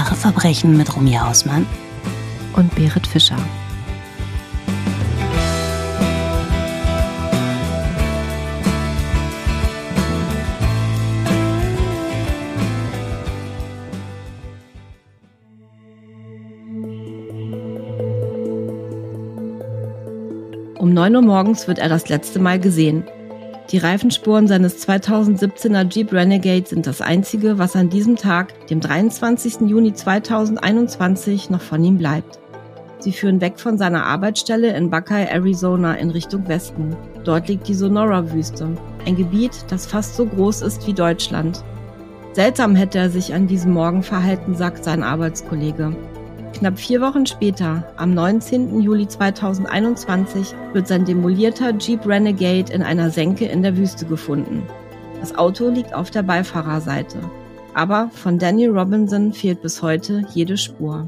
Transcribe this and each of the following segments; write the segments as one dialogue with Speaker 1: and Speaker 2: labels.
Speaker 1: Wahre Verbrechen mit Romy Hausmann
Speaker 2: und Berit Fischer.
Speaker 3: Um 9 Uhr morgens wird er das letzte Mal gesehen. Die Reifenspuren seines 2017er Jeep Renegade sind das einzige, was an diesem Tag, dem 23. Juni 2021, noch von ihm bleibt. Sie führen weg von seiner Arbeitsstelle in Buckeye, Arizona, in Richtung Westen. Dort liegt die Sonora-Wüste, ein Gebiet, das fast so groß ist wie Deutschland. Seltsam hätte er sich an diesem Morgen verhalten, sagt sein Arbeitskollege. Knapp 4 Wochen später, am 19. Juli 2021, wird sein demolierter Jeep Renegade in einer Senke in der Wüste gefunden. Das Auto liegt auf der Beifahrerseite. Aber von Daniel Robinson fehlt bis heute jede Spur.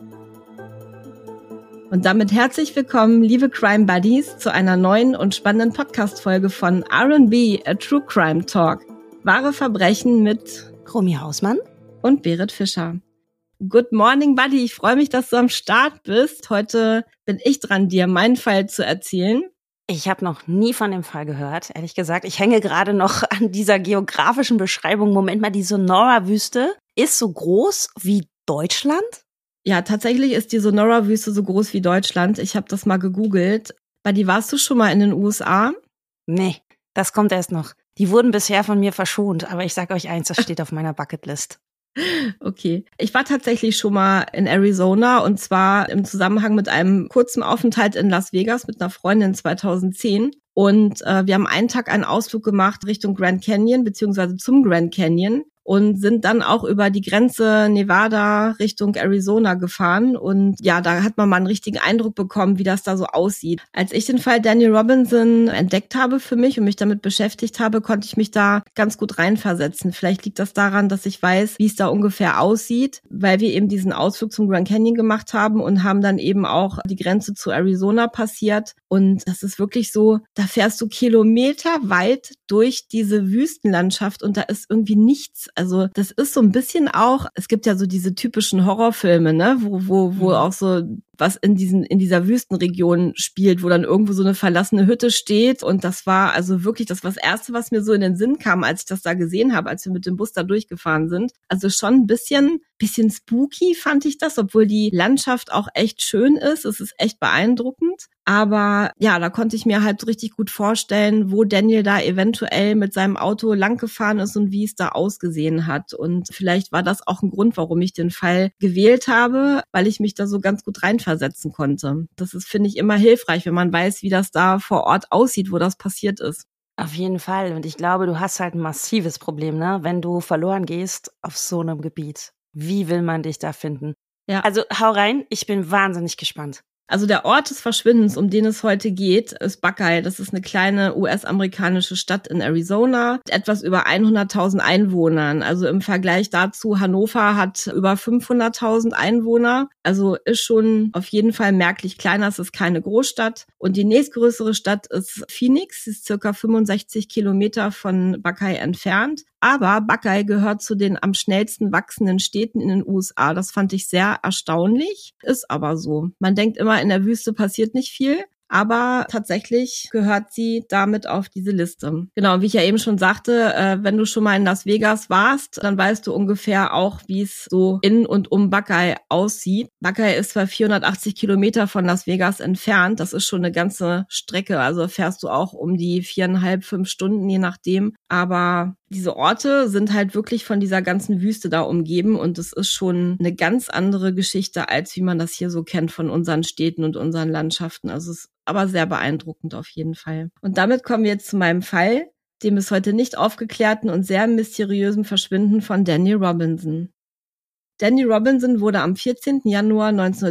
Speaker 3: Und damit herzlich willkommen, liebe Crime Buddies, zu einer neuen und spannenden Podcast-Folge von R&B, a True Crime Talk. Wahre Verbrechen mit
Speaker 1: Romy Hausmann
Speaker 3: und Berit Fischer. Good morning, Buddy. Ich freue mich, dass du am Start bist. Heute bin ich dran, dir meinen Fall zu erzählen.
Speaker 1: Ich habe noch nie von dem Fall gehört, ehrlich gesagt. Ich hänge gerade noch an dieser geografischen Beschreibung. Moment mal, die Sonora-Wüste ist so groß wie Deutschland?
Speaker 3: Ja, tatsächlich ist die Sonora-Wüste so groß wie Deutschland. Ich habe das mal gegoogelt. Buddy, warst du schon mal in den USA?
Speaker 1: Nee, das kommt erst noch. Die wurden bisher von mir verschont, aber ich sag euch eins, das steht auf meiner Bucketlist.
Speaker 3: Okay. Ich war tatsächlich schon mal in Arizona und zwar im Zusammenhang mit einem kurzen Aufenthalt in Las Vegas mit einer Freundin 2010. Und wir haben einen Tag einen Ausflug gemacht Richtung Grand Canyon beziehungsweise zum Grand Canyon und sind dann auch über die Grenze Nevada Richtung Arizona gefahren. Und ja, da hat man mal einen richtigen Eindruck bekommen, wie das da so aussieht. Als ich den Fall Daniel Robinson entdeckt habe für mich und mich damit beschäftigt habe, konnte ich mich da ganz gut reinversetzen. Vielleicht liegt das daran, dass ich weiß, wie es da ungefähr aussieht, weil wir eben diesen Ausflug zum Grand Canyon gemacht haben und haben dann eben auch die Grenze zu Arizona passiert. Und das ist wirklich so, da fährst du kilometerweit durch diese Wüstenlandschaft und da ist irgendwie nichts. Also das ist so ein bisschen auch, es gibt ja so diese typischen Horrorfilme, ne, wo auch so was in dieser Wüstenregion spielt, wo dann irgendwo so eine verlassene Hütte steht. Und das war also wirklich, das war das Erste, was mir so in den Sinn kam, als ich das da gesehen habe, als wir mit dem Bus da durchgefahren sind. Also schon ein bisschen spooky fand ich das, obwohl die Landschaft auch echt schön ist. Es ist echt beeindruckend. Aber ja, da konnte ich mir halt so richtig gut vorstellen, wo Daniel da eventuell mit seinem Auto lang gefahren ist und wie es da ausgesehen hat. Und vielleicht war das auch ein Grund, warum ich den Fall gewählt habe, weil ich mich da so ganz gut reinversetzen konnte. Das ist, finde ich, immer hilfreich, wenn man weiß, wie das da vor Ort aussieht, wo das passiert ist.
Speaker 1: Auf jeden Fall. Und ich glaube, du hast halt ein massives Problem, ne, wenn du verloren gehst auf so einem Gebiet. Wie will man dich da finden?
Speaker 3: Ja.
Speaker 1: Also hau rein, ich bin wahnsinnig gespannt.
Speaker 3: Also der Ort des Verschwindens, um den es heute geht, ist Buckeye. Das ist eine kleine US-amerikanische Stadt in Arizona mit etwas über 100.000 Einwohnern. Also im Vergleich dazu, Hannover hat über 500.000 Einwohner. Also ist schon auf jeden Fall merklich kleiner. Es ist keine Großstadt. Und die nächstgrößere Stadt ist Phoenix. Sie ist circa 65 Kilometer von Buckeye entfernt. Aber Buckeye gehört zu den am schnellsten wachsenden Städten in den USA. Das fand ich sehr erstaunlich. Ist aber so. Man denkt immer, in der Wüste passiert nicht viel. Aber tatsächlich gehört sie damit auf diese Liste. Genau, wie ich ja eben schon sagte, wenn du schon mal in Las Vegas warst, dann weißt du ungefähr auch, wie es so in und um Buckeye aussieht. Buckeye ist zwar 480 Kilometer von Las Vegas entfernt, das ist schon eine ganze Strecke, also fährst du auch um die 4,5, 5 Stunden, je nachdem. Aber diese Orte sind halt wirklich von dieser ganzen Wüste da umgeben und es ist schon eine ganz andere Geschichte, als wie man das hier so kennt von unseren Städten und unseren Landschaften. Also es ist aber sehr beeindruckend auf jeden Fall. Und damit kommen wir jetzt zu meinem Fall, dem bis heute nicht aufgeklärten und sehr mysteriösen Verschwinden von Daniel Robinson. Daniel Robinson wurde am 14. Januar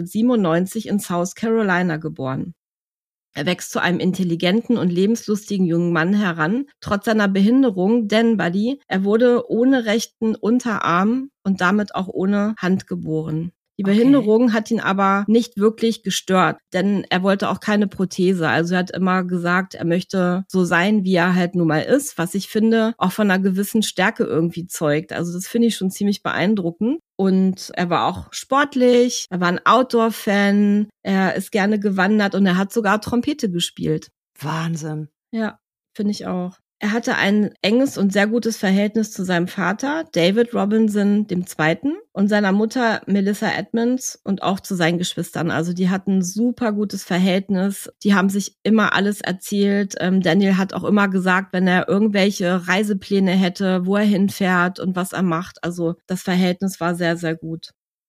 Speaker 3: 1997 in South Carolina geboren. Er wächst zu einem intelligenten und lebenslustigen jungen Mann heran, trotz seiner Behinderung, denn, Buddy, er wurde ohne rechten Unterarm und damit auch ohne Hand geboren. Die Behinderung hat ihn aber nicht wirklich gestört, denn er wollte auch keine Prothese. Also er hat immer gesagt, er möchte so sein, wie er halt nun mal ist, was ich finde, auch von einer gewissen Stärke irgendwie zeugt. Also das finde ich schon ziemlich beeindruckend. Und er war auch sportlich, er war ein Outdoor-Fan, er ist gerne gewandert und er hat sogar Trompete gespielt.
Speaker 1: Wahnsinn.
Speaker 3: Ja, finde ich auch. Er hatte ein enges und sehr gutes Verhältnis zu seinem Vater, David Robinson II., und seiner Mutter Melissa Edmonds und auch zu seinen Geschwistern. Also die hatten ein super gutes Verhältnis. Die haben sich immer alles erzählt. Daniel hat auch immer gesagt, wenn er irgendwelche Reisepläne hätte, wo er hinfährt und was er macht. Also das Verhältnis war sehr, sehr gut.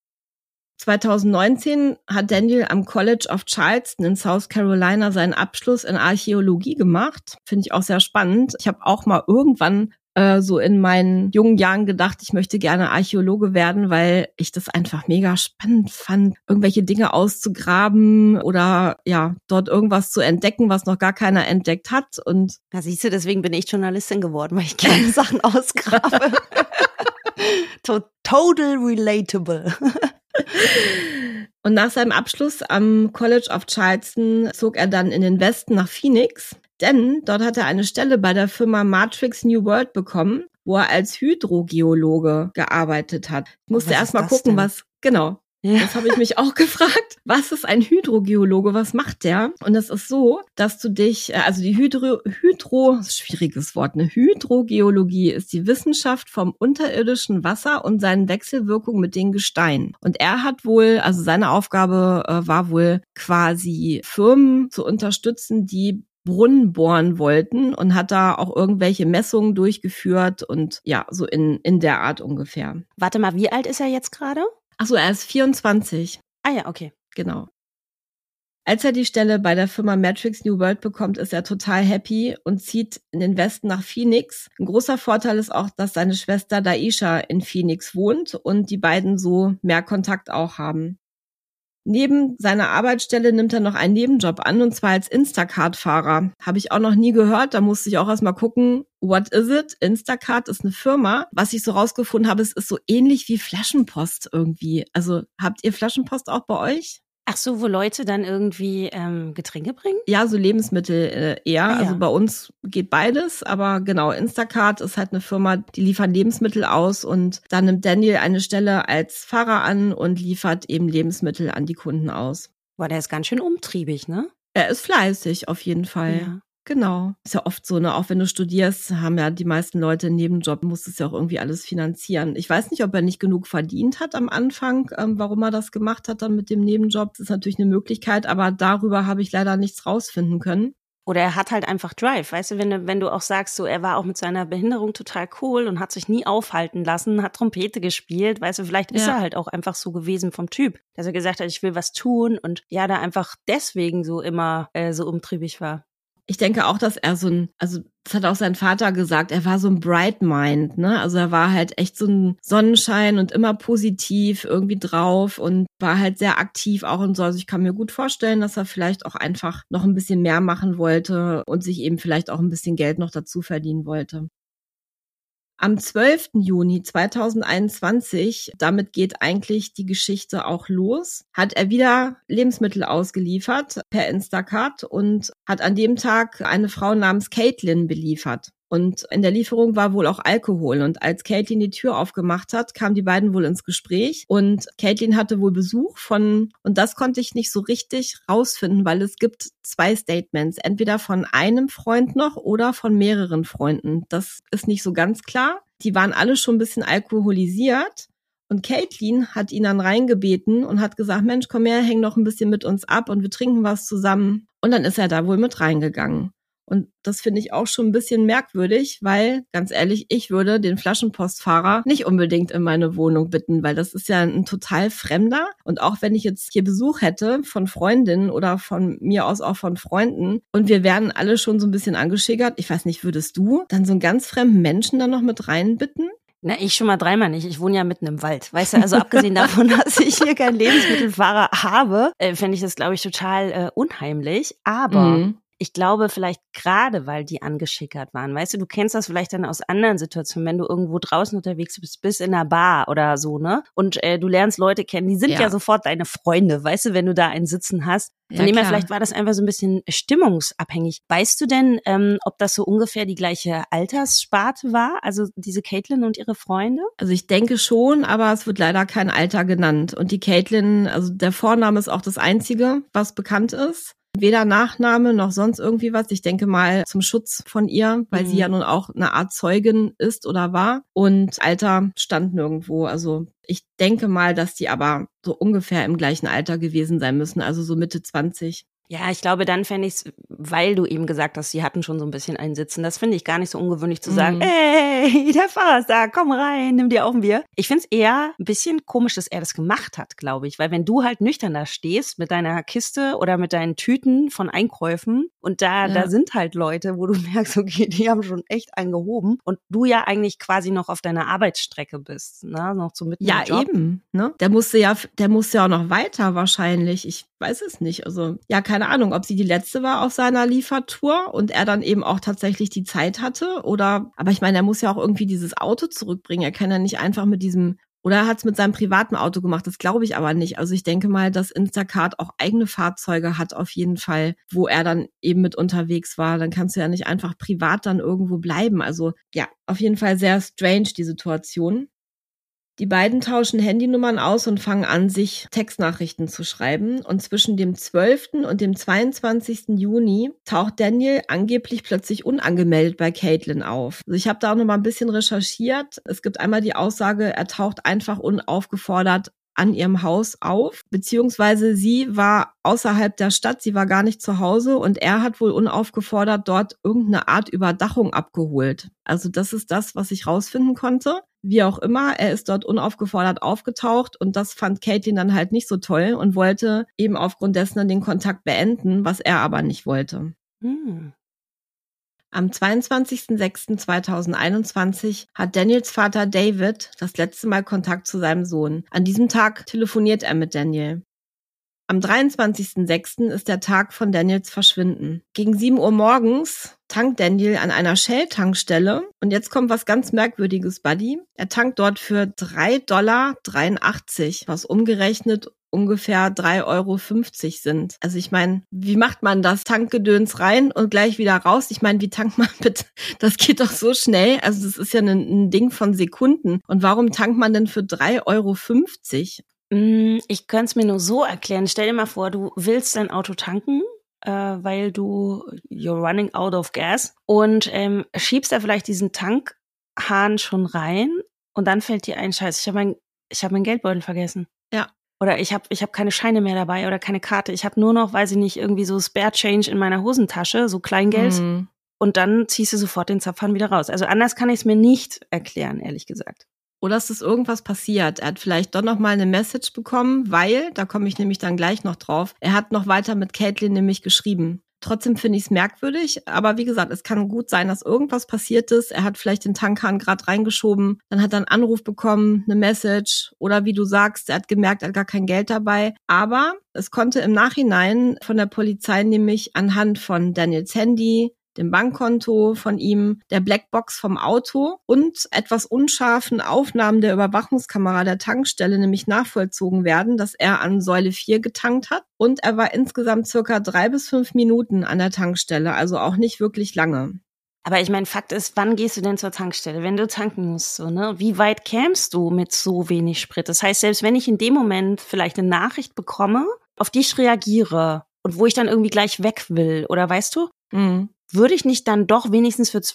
Speaker 3: 2019 hat Daniel am College of Charleston in South Carolina seinen Abschluss in Archäologie gemacht. Finde ich auch sehr spannend. Ich habe auch mal irgendwann so in meinen jungen Jahren gedacht, ich möchte gerne Archäologe werden, weil ich das einfach mega spannend fand, irgendwelche Dinge auszugraben oder ja, dort irgendwas zu entdecken, was noch gar keiner entdeckt hat. Und
Speaker 1: da siehst du, deswegen bin ich Journalistin geworden, weil ich gerne Sachen ausgrabe. Total relatable.
Speaker 3: Und nach seinem Abschluss am College of Charleston zog er dann in den Westen nach Phoenix, denn dort hat er eine Stelle bei der Firma Matrix New World bekommen, wo er als Hydrogeologe gearbeitet hat. Ich musste erst mal gucken, was, genau. Ja. Das habe ich mich auch gefragt. Was ist ein Hydrogeologe? Was macht der? Und es ist so, dass du dich, also die schwieriges Wort, eine Hydrogeologie ist die Wissenschaft vom unterirdischen Wasser und seinen Wechselwirkungen mit den Gesteinen. Und er hat wohl, also seine Aufgabe war wohl quasi Firmen zu unterstützen, die Brunnen bohren wollten und hat da auch irgendwelche Messungen durchgeführt und ja, so in der Art ungefähr.
Speaker 1: Warte mal, wie alt ist er jetzt gerade?
Speaker 3: Ach so, er ist 24.
Speaker 1: Ah ja, okay.
Speaker 3: Genau. Als er die Stelle bei der Firma Matrix New World bekommt, ist er total happy und zieht in den Westen nach Phoenix. Ein großer Vorteil ist auch, dass seine Schwester Daisha in Phoenix wohnt und die beiden so mehr Kontakt auch haben. Neben seiner Arbeitsstelle nimmt er noch einen Nebenjob an, und zwar als Instacart-Fahrer. Habe ich auch noch nie gehört, da musste ich auch erstmal gucken, what is it? Instacart ist eine Firma. Was ich so rausgefunden habe, es ist so ähnlich wie Flaschenpost irgendwie. Also habt ihr Flaschenpost auch bei euch?
Speaker 1: Ach so, wo Leute dann irgendwie Getränke bringen?
Speaker 3: Ja, so Lebensmittel eher.
Speaker 1: Ah, ja.
Speaker 3: Also bei uns geht beides, aber genau, Instacart ist halt eine Firma, die liefern Lebensmittel aus, und da nimmt Daniel eine Stelle als Fahrer an und liefert eben Lebensmittel an die Kunden aus.
Speaker 1: Boah, der ist ganz schön umtriebig, ne?
Speaker 3: Er ist fleißig, auf jeden Fall.
Speaker 1: Ja.
Speaker 3: Genau. Ist ja oft so, ne? Auch wenn du studierst, haben ja die meisten Leute einen Nebenjob, muss es ja auch irgendwie alles finanzieren. Ich weiß nicht, ob er nicht genug verdient hat am Anfang, warum er das gemacht hat dann mit dem Nebenjob. Das ist natürlich eine Möglichkeit, aber darüber habe ich leider nichts rausfinden können.
Speaker 1: Oder er hat halt einfach Drive, weißt du, wenn du auch sagst, so er war auch mit seiner Behinderung total cool und hat sich nie aufhalten lassen, hat Trompete gespielt, weißt du, vielleicht ist er halt auch einfach so gewesen vom Typ, dass er gesagt hat, ich will was tun und ja, da einfach deswegen so immer so umtriebig war.
Speaker 3: Ich denke auch, dass er das hat auch sein Vater gesagt, er war so ein Bright Mind, ne? Also er war halt echt so ein Sonnenschein und immer positiv irgendwie drauf und war halt sehr aktiv auch und so. Also ich kann mir gut vorstellen, dass er vielleicht auch einfach noch ein bisschen mehr machen wollte und sich eben vielleicht auch ein bisschen Geld noch dazu verdienen wollte. Am 12. Juni 2021, damit geht eigentlich die Geschichte auch los, hat er wieder Lebensmittel ausgeliefert per Instacart und hat an dem Tag eine Frau namens Caitlin beliefert. Und in der Lieferung war wohl auch Alkohol. Und als Caitlin die Tür aufgemacht hat, kamen die beiden wohl ins Gespräch. Und Caitlin hatte wohl Besuch und das konnte ich nicht so richtig rausfinden, weil es gibt 2 Statements. Entweder von einem Freund noch oder von mehreren Freunden. Das ist nicht so ganz klar. Die waren alle schon ein bisschen alkoholisiert. Und Caitlin hat ihn dann reingebeten und hat gesagt, Mensch, komm her, häng noch ein bisschen mit uns ab und wir trinken was zusammen. Und dann ist er da wohl mit reingegangen. Und das finde ich auch schon ein bisschen merkwürdig, weil, ganz ehrlich, ich würde den Flaschenpostfahrer nicht unbedingt in meine Wohnung bitten, weil das ist ja ein total Fremder. Und auch wenn ich jetzt hier Besuch hätte von Freundinnen oder von mir aus auch von Freunden und wir wären alle schon so ein bisschen angeschickert, ich weiß nicht, würdest du dann so einen ganz fremden Menschen dann noch mit reinbitten?
Speaker 1: Na, ich schon mal 3-mal nicht. Ich wohne ja mitten im Wald. Weißt du, also abgesehen davon, dass ich hier keinen Lebensmittelfahrer habe, fände ich das, glaube ich, total unheimlich. Aber Ich glaube vielleicht gerade, weil die angeschickert waren. Weißt du kennst das vielleicht dann aus anderen Situationen, wenn du irgendwo draußen unterwegs bist in einer Bar oder so, ne? Und du lernst Leute kennen, die sind ja sofort deine Freunde, weißt du, wenn du da einen sitzen hast. Von dem her, vielleicht war das einfach so ein bisschen stimmungsabhängig. Weißt du denn, ob das so ungefähr die gleiche Alterssparte war? Also diese Caitlin und ihre Freunde?
Speaker 3: Also ich denke schon, aber es wird leider kein Alter genannt. Und die Caitlin, also der Vorname ist auch das Einzige, was bekannt ist. Weder Nachname noch sonst irgendwie was. Ich denke mal zum Schutz von ihr, weil sie ja nun auch eine Art Zeugin ist oder war. Und Alter stand nirgendwo. Also ich denke mal, dass die aber so ungefähr im gleichen Alter gewesen sein müssen. Also so Mitte 20.
Speaker 1: Ja, ich glaube, dann fände ich es, weil du eben gesagt hast, sie hatten schon so ein bisschen einen Sitzen. Das finde ich gar nicht so ungewöhnlich zu sagen, ey, der Pfarrer ist da, komm rein, nimm dir auch ein Bier. Ich finde es eher ein bisschen komisch, dass er das gemacht hat, glaube ich. Weil wenn du halt nüchtern da stehst mit deiner Kiste oder mit deinen Tüten von Einkäufen und da sind halt Leute, wo du merkst, okay, die haben schon echt einen gehoben und du ja eigentlich quasi noch auf deiner Arbeitsstrecke bist, ne, noch so mitten im Job.
Speaker 3: Ja, eben, ne? Der musste ja auch noch weiter wahrscheinlich. Ich weiß es nicht. Also, ja, keine Ahnung, ob sie die letzte war auf seiner Liefertour und er dann eben auch tatsächlich die Zeit hatte oder, aber ich meine, er muss ja auch irgendwie dieses Auto zurückbringen. Er kann ja nicht einfach oder er hat es mit seinem privaten Auto gemacht. Das glaube ich aber nicht. Also ich denke mal, dass Instacart auch eigene Fahrzeuge hat auf jeden Fall, wo er dann eben mit unterwegs war. Dann kannst du ja nicht einfach privat dann irgendwo bleiben. Also ja, auf jeden Fall sehr strange, die Situation. Die beiden tauschen Handynummern aus und fangen an, sich Textnachrichten zu schreiben. Und zwischen dem 12. und dem 22. Juni taucht Daniel angeblich plötzlich unangemeldet bei Caitlin auf. Also ich habe da auch noch mal ein bisschen recherchiert. Es gibt einmal die Aussage, er taucht einfach unaufgefordert an ihrem Haus auf, beziehungsweise sie war außerhalb der Stadt, sie war gar nicht zu Hause und er hat wohl unaufgefordert dort irgendeine Art Überdachung abgeholt. Also das ist das, was ich rausfinden konnte. Wie auch immer, er ist dort unaufgefordert aufgetaucht und das fand Caitlin dann halt nicht so toll und wollte eben aufgrund dessen dann den Kontakt beenden, was er aber nicht wollte. Am 22.06.2021 hat Daniels Vater David das letzte Mal Kontakt zu seinem Sohn. An diesem Tag telefoniert er mit Daniel. Am 23.06. ist der Tag von Daniels Verschwinden. Gegen 7 Uhr morgens tankt Daniel an einer Shell-Tankstelle. Und jetzt kommt was ganz Merkwürdiges, Buddy. Er tankt dort für $3,83, was umgerechnet ungefähr 3,50 € sind. Also ich meine, wie macht man das? Tankgedöns rein und gleich wieder raus? Ich meine, wie tankt man bitte? Das geht doch so schnell. Also das ist ja ein Ding von Sekunden. Und warum tankt man denn für 3,50 €?
Speaker 1: Ich könnte es mir nur so erklären. Stell dir mal vor, du willst dein Auto tanken, weil you're running out of gas und schiebst da vielleicht diesen Tankhahn schon rein und dann fällt dir ein, Scheiß, ich habe mein Geldbeutel vergessen.
Speaker 3: Ja.
Speaker 1: Oder ich hab keine Scheine mehr dabei oder keine Karte. Ich habe nur noch, weiß ich nicht, irgendwie so Spare Change in meiner Hosentasche, so Kleingeld. Und dann ziehst du sofort den Zapfhahn wieder raus. Also anders kann ich es mir nicht erklären, ehrlich gesagt.
Speaker 3: Oder es ist irgendwas passiert. Er hat vielleicht doch noch mal eine Message bekommen, weil, da komme ich nämlich dann gleich noch drauf, er hat noch weiter mit Caitlin nämlich geschrieben. Trotzdem finde ich es merkwürdig, aber wie gesagt, es kann gut sein, dass irgendwas passiert ist. Er hat vielleicht den Tankhahn gerade reingeschoben, dann hat er einen Anruf bekommen, eine Message oder wie du sagst, er hat gemerkt, er hat gar kein Geld dabei. Aber es konnte im Nachhinein von der Polizei nämlich anhand von Daniels Handy, dem Bankkonto von ihm, der Blackbox vom Auto und etwas unscharfen Aufnahmen der Überwachungskamera der Tankstelle nämlich nachvollzogen werden, dass er an Säule 4 getankt hat und er war insgesamt circa 3 bis 5 Minuten an der Tankstelle, also auch nicht wirklich lange.
Speaker 1: Aber ich meine, Fakt ist, wann gehst du denn zur Tankstelle, wenn du tanken musst, so, ne? Wie weit kämst du mit so wenig Sprit? Das heißt, selbst wenn ich in dem Moment vielleicht eine Nachricht bekomme, auf die ich reagiere und wo ich dann irgendwie gleich weg will, oder weißt du? Würde ich nicht dann doch wenigstens für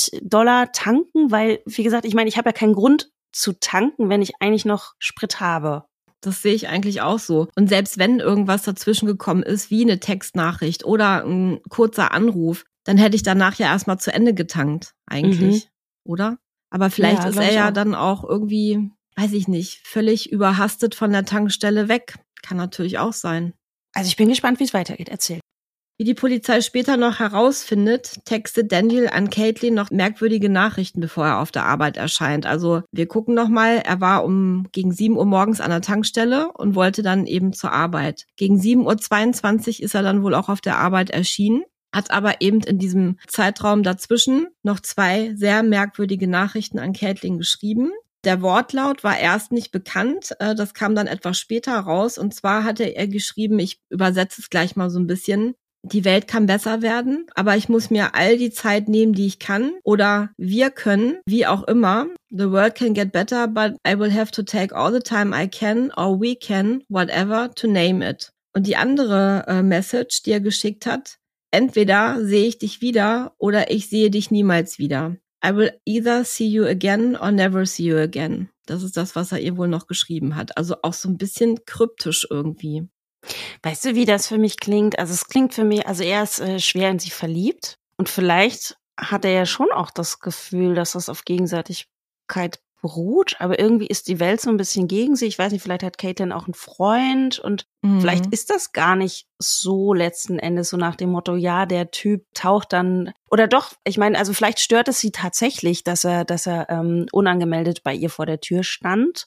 Speaker 1: $20 tanken? Weil, wie gesagt, ich meine, ich habe ja keinen Grund zu tanken, wenn ich eigentlich noch Sprit habe.
Speaker 3: Das sehe ich eigentlich auch so. Und selbst wenn irgendwas dazwischen gekommen ist, wie eine Textnachricht oder ein kurzer Anruf, dann hätte ich danach ja erstmal zu Ende getankt, eigentlich, oder? Aber vielleicht ist er ja dann auch irgendwie, weiß ich nicht, völlig überhastet von der Tankstelle weg. Kann natürlich auch sein.
Speaker 1: Also ich bin gespannt, wie es weitergeht. Erzähl.
Speaker 3: Wie die Polizei später noch herausfindet, textet Daniel an Caitlin noch merkwürdige Nachrichten, bevor er auf der Arbeit erscheint. Also wir gucken nochmal, er war gegen 7 Uhr morgens an der Tankstelle und wollte dann eben zur Arbeit. Gegen 7:22 Uhr ist er dann wohl auch auf der Arbeit erschienen. hat aber eben in diesem Zeitraum dazwischen noch 2 sehr merkwürdige Nachrichten an Caitlyn geschrieben. Der Wortlaut war erst nicht bekannt, das kam dann etwas später raus. Und zwar hatte er geschrieben, ich übersetze es gleich mal so ein bisschen, die Welt kann besser werden, aber ich muss mir all die Zeit nehmen, die ich kann. Oder wir können, wie auch immer. The world can get better, but I will have to take all the time I can or we can, whatever, to name it. Und die andere Message, die er geschickt hat, entweder sehe ich dich wieder oder ich sehe dich niemals wieder. I will either see you again or never see you again. Das ist das, was er ihr wohl noch geschrieben hat. Also auch so ein bisschen kryptisch irgendwie.
Speaker 1: Weißt du, wie das für mich klingt? Also es klingt für mich, also er ist schwer in sie verliebt und vielleicht hat er ja schon auch das Gefühl, dass das auf Gegenseitigkeit beruht, aber irgendwie ist die Welt so ein bisschen gegen sie. Ich weiß nicht, vielleicht hat Caitlyn auch einen Freund und vielleicht ist das gar nicht so letzten Endes so nach dem Motto, ja, der Typ taucht dann, oder doch, ich meine, also vielleicht stört es sie tatsächlich, dass er unangemeldet bei ihr vor der Tür stand.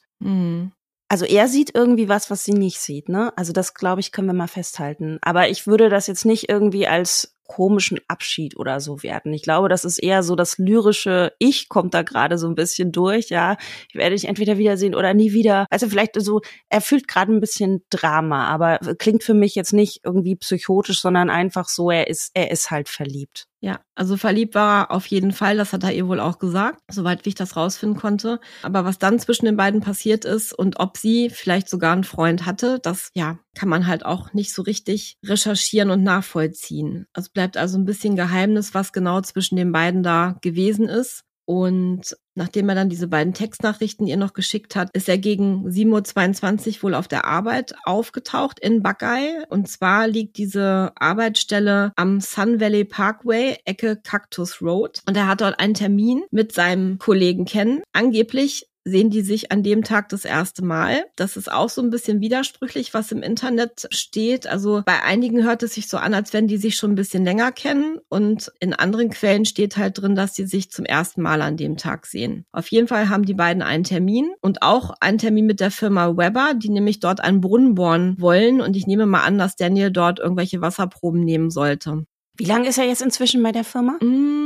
Speaker 1: Also er sieht irgendwie was sie nicht sieht, ne? Also das, glaube ich, können wir mal festhalten. Aber ich würde das jetzt nicht irgendwie als komischen Abschied oder so werten. Ich glaube, das ist eher so das lyrische Ich kommt da gerade so ein bisschen durch, ja. Ich werde dich entweder wiedersehen oder nie wieder. Also vielleicht so, er fühlt gerade ein bisschen Drama, aber klingt für mich jetzt nicht irgendwie psychotisch, sondern einfach so, er ist halt verliebt.
Speaker 3: Ja, also verliebt war er auf jeden Fall, das hat er ihr wohl auch gesagt, soweit wie ich das rausfinden konnte. Aber was dann zwischen den beiden passiert ist und ob sie vielleicht sogar einen Freund hatte, das kann man halt auch nicht so richtig recherchieren und nachvollziehen. Es bleibt also ein bisschen Geheimnis, was genau zwischen den beiden da gewesen ist. Und nachdem er dann diese beiden Textnachrichten ihr noch geschickt hat, ist er gegen 7:22 Uhr wohl auf der Arbeit aufgetaucht in Buckeye. Und zwar liegt diese Arbeitsstelle am Sun Valley Parkway, Ecke Cactus Road. Und er hat dort einen Termin mit seinem Kollegen Ken. Angeblich sehen die sich an dem Tag das erste Mal. Das ist auch so ein bisschen widersprüchlich, was im Internet steht. Also bei einigen hört es sich so an, als wenn die sich schon ein bisschen länger kennen. Und in anderen Quellen steht halt drin, dass sie sich zum ersten Mal an dem Tag sehen. Auf jeden Fall haben die beiden einen Termin und auch einen Termin mit der Firma Weber, die nämlich dort einen Brunnen bohren wollen. Und ich nehme mal an, dass Daniel dort irgendwelche Wasserproben nehmen sollte.
Speaker 1: Wie lange ist er jetzt inzwischen bei der Firma?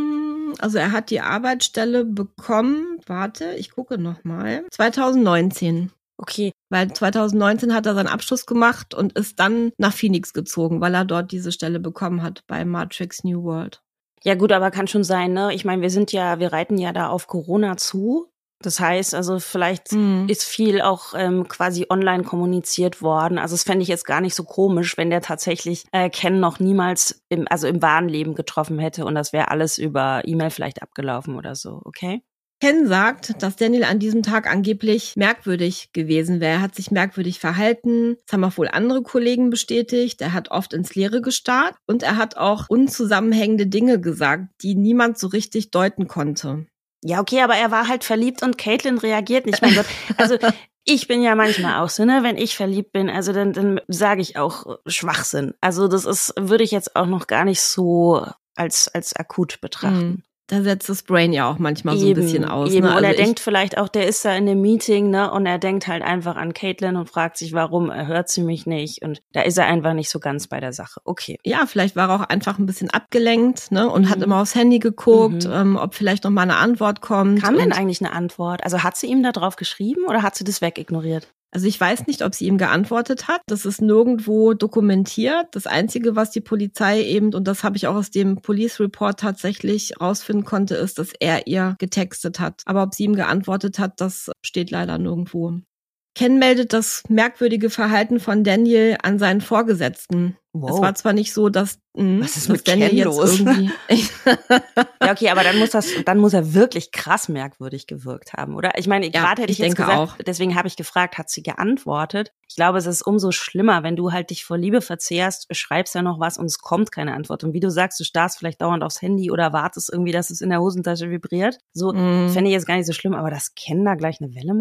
Speaker 3: Also er hat die Arbeitsstelle bekommen, ich gucke nochmal, 2019.
Speaker 1: Okay.
Speaker 3: Weil 2019 hat er seinen Abschluss gemacht und ist dann nach Phoenix gezogen, weil er dort diese Stelle bekommen hat bei Matrix New World.
Speaker 1: Ja gut, aber kann schon sein, ne? Ich meine, wir reiten ja da auf Corona zu. Das heißt, also vielleicht ist viel auch quasi online kommuniziert worden. Also das fände ich jetzt gar nicht so komisch, wenn der tatsächlich Ken noch niemals im wahren Leben getroffen hätte und das wäre alles über E-Mail vielleicht abgelaufen oder so, okay?
Speaker 3: Ken sagt, dass Daniel an diesem Tag angeblich merkwürdig gewesen wäre. Er hat sich merkwürdig verhalten. Das haben auch wohl andere Kollegen bestätigt. Er hat oft ins Leere gestarrt und er hat auch unzusammenhängende Dinge gesagt, die niemand so richtig deuten konnte.
Speaker 1: Ja, okay, aber er war halt verliebt und Caitlyn reagiert nicht. Mein Gott, also ich bin ja manchmal auch so, ne, wenn ich verliebt bin, also dann sage ich auch Schwachsinn. Also das würde ich jetzt auch noch gar nicht so als akut betrachten.
Speaker 3: Da setzt das Brain ja auch manchmal so ein bisschen aus.
Speaker 1: Eben.
Speaker 3: Ne?
Speaker 1: Und er denkt vielleicht auch, der ist da in einem Meeting, ne, und er denkt halt einfach an Caitlyn und fragt sich, warum hört sie mich nicht? Und da ist er einfach nicht so ganz bei der Sache. Okay.
Speaker 3: Ja, vielleicht war er auch einfach ein bisschen abgelenkt, ne, und hat immer aufs Handy geguckt, ob vielleicht noch mal eine Antwort kommt.
Speaker 1: Kam denn eigentlich eine Antwort? Also hat sie ihm da drauf geschrieben oder hat sie das wegignoriert?
Speaker 3: Also ich weiß nicht, ob sie ihm geantwortet hat. Das ist nirgendwo dokumentiert. Das Einzige, was die Polizei eben, und das habe ich auch aus dem Police Report tatsächlich rausfinden konnte, ist, dass er ihr getextet hat. Aber ob sie ihm geantwortet hat, das steht leider nirgendwo. Ken meldet das merkwürdige Verhalten von Daniel an seinen Vorgesetzten. Wow. Es war zwar nicht so, dass
Speaker 1: was ist mit
Speaker 3: Daniel
Speaker 1: Ken
Speaker 3: jetzt
Speaker 1: los?
Speaker 3: Irgendwie
Speaker 1: ja, okay, aber dann muss er wirklich krass merkwürdig gewirkt haben, oder? Ich meine, gerade hätte ich jetzt gesagt, auch. Deswegen habe ich gefragt, hat sie geantwortet? Ich glaube, es ist umso schlimmer, wenn du halt dich vor Liebe verzehrst, schreibst ja noch was und es kommt keine Antwort. Und wie du sagst, du starrst vielleicht dauernd aufs Handy oder wartest irgendwie, dass es in der Hosentasche vibriert. So fände ich jetzt gar nicht so schlimm, aber dass Ken da gleich eine Welle macht?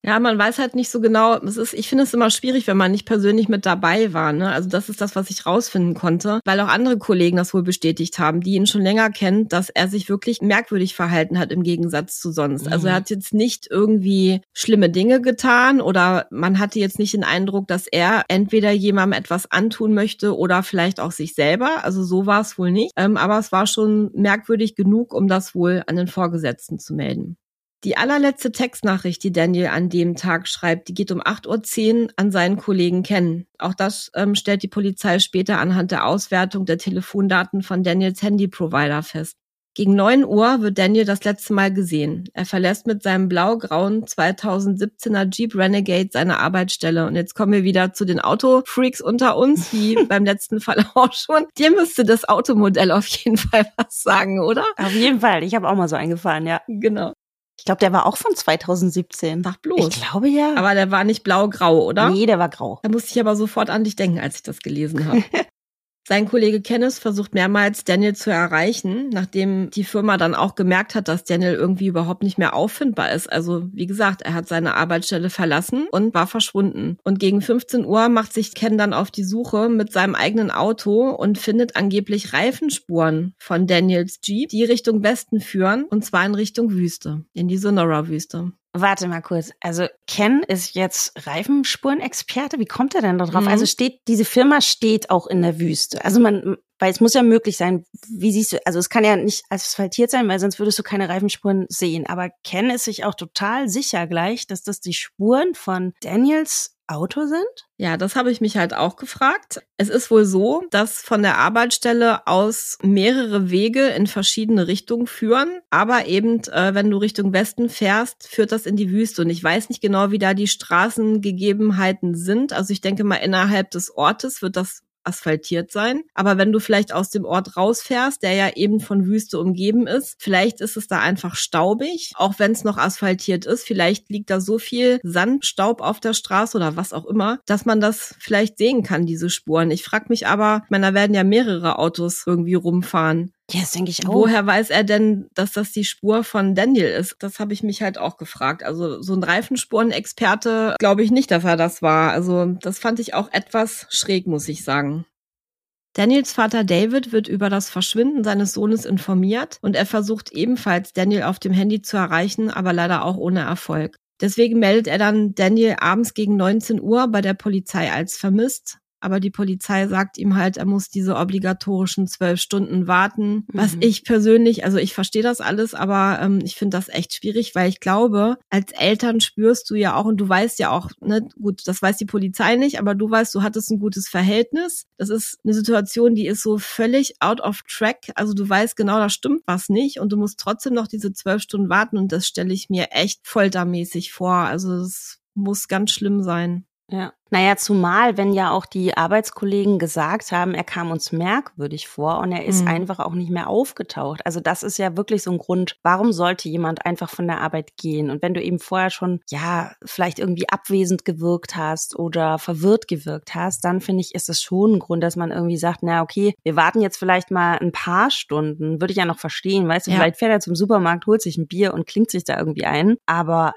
Speaker 3: Ja, man weiß halt nicht so genau, ich finde es immer schwierig, wenn man nicht persönlich mit dabei war, ne? Also das ist das, was ich rausfinden konnte, weil auch andere Kollegen das wohl bestätigt haben, die ihn schon länger kennen, dass er sich wirklich merkwürdig verhalten hat im Gegensatz zu sonst. Also er hat jetzt nicht irgendwie schlimme Dinge getan oder man hatte jetzt nicht den Eindruck, dass er entweder jemandem etwas antun möchte oder vielleicht auch sich selber. Also so war es wohl nicht. Aber es war schon merkwürdig genug, um das wohl an den Vorgesetzten zu melden. Die allerletzte Textnachricht, die Daniel an dem Tag schreibt, die geht um 8:10 Uhr an seinen Kollegen Ken. Auch das stellt die Polizei später anhand der Auswertung der Telefondaten von Daniels Handyprovider fest. Gegen 9 Uhr wird Daniel das letzte Mal gesehen. Er verlässt mit seinem blau-grauen 2017er Jeep Renegade seine Arbeitsstelle. Und jetzt kommen wir wieder zu den Autofreaks unter uns, wie beim letzten Fall auch schon. Dir müsste das Automodell auf jeden Fall was sagen, oder?
Speaker 1: Auf jeden Fall. Ich habe auch mal so eingefahren, ja.
Speaker 3: Genau.
Speaker 1: Ich glaube, der war auch von 2017.
Speaker 3: Ach bloß.
Speaker 1: Ich glaube ja.
Speaker 3: Aber der war nicht blau-grau, oder?
Speaker 1: Nee, der war grau.
Speaker 3: Da musste ich aber sofort an dich denken, als ich das gelesen habe. Sein Kollege Kenneth versucht mehrmals, Daniel zu erreichen, nachdem die Firma dann auch gemerkt hat, dass Daniel irgendwie überhaupt nicht mehr auffindbar ist. Also wie gesagt, er hat seine Arbeitsstelle verlassen und war verschwunden. Und gegen 15 Uhr macht sich Ken dann auf die Suche mit seinem eigenen Auto und findet angeblich Reifenspuren von Daniels Jeep, die Richtung Westen führen, und zwar in Richtung Wüste, in die Sonora-Wüste.
Speaker 1: Warte mal kurz. Also Ken ist jetzt Reifenspurenexperte. Wie kommt er denn da drauf? Also diese Firma steht auch in der Wüste. Also weil es muss ja möglich sein. Wie siehst du, also es kann ja nicht asphaltiert sein, weil sonst würdest du keine Reifenspuren sehen. Aber Ken ist sich auch total sicher gleich, dass das die Spuren von Daniels Auto sind?
Speaker 3: Ja, das habe ich mich halt auch gefragt. Es ist wohl so, dass von der Arbeitsstelle aus mehrere Wege in verschiedene Richtungen führen. Aber eben, wenn du Richtung Westen fährst, führt das in die Wüste. Und ich weiß nicht genau, wie da die Straßengegebenheiten sind. Also ich denke mal, innerhalb des Ortes wird das asphaltiert sein. Aber wenn du vielleicht aus dem Ort rausfährst, der ja eben von Wüste umgeben ist, vielleicht ist es da einfach staubig, auch wenn es noch asphaltiert ist. Vielleicht liegt da so viel Sandstaub auf der Straße oder was auch immer, dass man das vielleicht sehen kann, diese Spuren. Ich frage mich aber, ich meine, da werden ja mehrere Autos irgendwie rumfahren.
Speaker 1: Ja, das denke ich auch.
Speaker 3: Woher weiß er denn, dass das die Spur von Daniel ist? Das habe ich mich halt auch gefragt. Also so ein Reifenspurenexperte glaube ich nicht, dass er das war. Also das fand ich auch etwas schräg, muss ich sagen. Daniels Vater David wird über das Verschwinden seines Sohnes informiert und er versucht ebenfalls, Daniel auf dem Handy zu erreichen, aber leider auch ohne Erfolg. Deswegen meldet er dann Daniel abends gegen 19 Uhr bei der Polizei als vermisst. Aber die Polizei sagt ihm halt, er muss diese obligatorischen 12 Stunden warten. Was ich persönlich, also ich verstehe das alles, aber ich finde das echt schwierig, weil ich glaube, als Eltern spürst du ja auch, und du weißt ja auch, ne, gut, das weiß die Polizei nicht, aber du weißt, du hattest ein gutes Verhältnis. Das ist eine Situation, die ist so völlig out of track. Also du weißt genau, da stimmt was nicht und du musst trotzdem noch diese 12 Stunden warten und das stelle ich mir echt foltermäßig vor. Also es muss ganz schlimm sein.
Speaker 1: Ja. Naja, zumal, wenn ja auch die Arbeitskollegen gesagt haben, er kam uns merkwürdig vor und er ist einfach auch nicht mehr aufgetaucht. Also das ist ja wirklich so ein Grund, warum sollte jemand einfach von der Arbeit gehen? Und wenn du eben vorher schon, ja, vielleicht irgendwie abwesend gewirkt hast oder verwirrt gewirkt hast, dann finde ich, ist es schon ein Grund, dass man irgendwie sagt, na okay, wir warten jetzt vielleicht mal ein paar Stunden. Würde ich ja noch verstehen, weißt du, vielleicht fährt er zum Supermarkt, holt sich ein Bier und klingt sich da irgendwie ein. Aber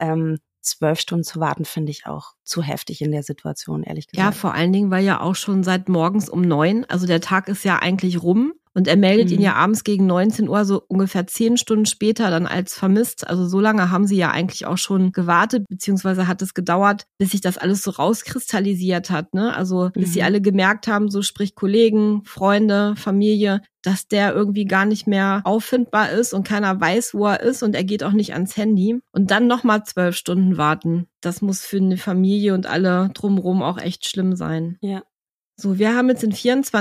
Speaker 1: 12 Stunden zu warten, finde ich auch zu heftig in der Situation, ehrlich gesagt.
Speaker 3: Ja, vor allen Dingen, weil ja auch schon seit morgens um 9, also der Tag ist ja eigentlich rum. Und er meldet ihn ja abends gegen 19 Uhr, so ungefähr 10 Stunden später dann als vermisst. Also so lange haben sie ja eigentlich auch schon gewartet, beziehungsweise hat es gedauert, bis sich das alles so rauskristallisiert hat, ne? Also bis sie alle gemerkt haben, so sprich Kollegen, Freunde, Familie, dass der irgendwie gar nicht mehr auffindbar ist und keiner weiß, wo er ist und er geht auch nicht ans Handy. Und dann nochmal 12 Stunden warten. Das muss für eine Familie und alle drumherum auch echt schlimm sein.
Speaker 1: Ja.
Speaker 3: So, wir haben jetzt den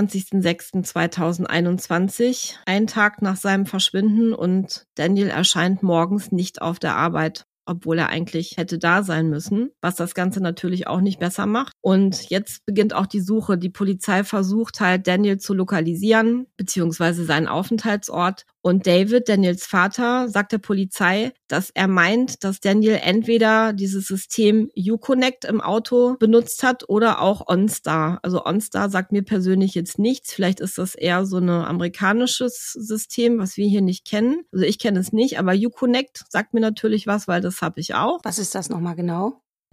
Speaker 3: 24.06.2021, einen Tag nach seinem Verschwinden und Daniel erscheint morgens nicht auf der Arbeit, obwohl er eigentlich hätte da sein müssen, was das Ganze natürlich auch nicht besser macht. Und jetzt beginnt auch die Suche. Die Polizei versucht halt, Daniel zu lokalisieren, beziehungsweise seinen Aufenthaltsort. Und David, Daniels Vater, sagt der Polizei, dass er meint, dass Daniel entweder dieses System Uconnect im Auto benutzt hat oder auch OnStar. Also OnStar sagt mir persönlich jetzt nichts. Vielleicht ist das eher so ein amerikanisches System, was wir hier nicht kennen. Also ich kenne es nicht, aber Uconnect sagt mir natürlich was, weil das habe ich auch.
Speaker 1: Was ist das nochmal genau?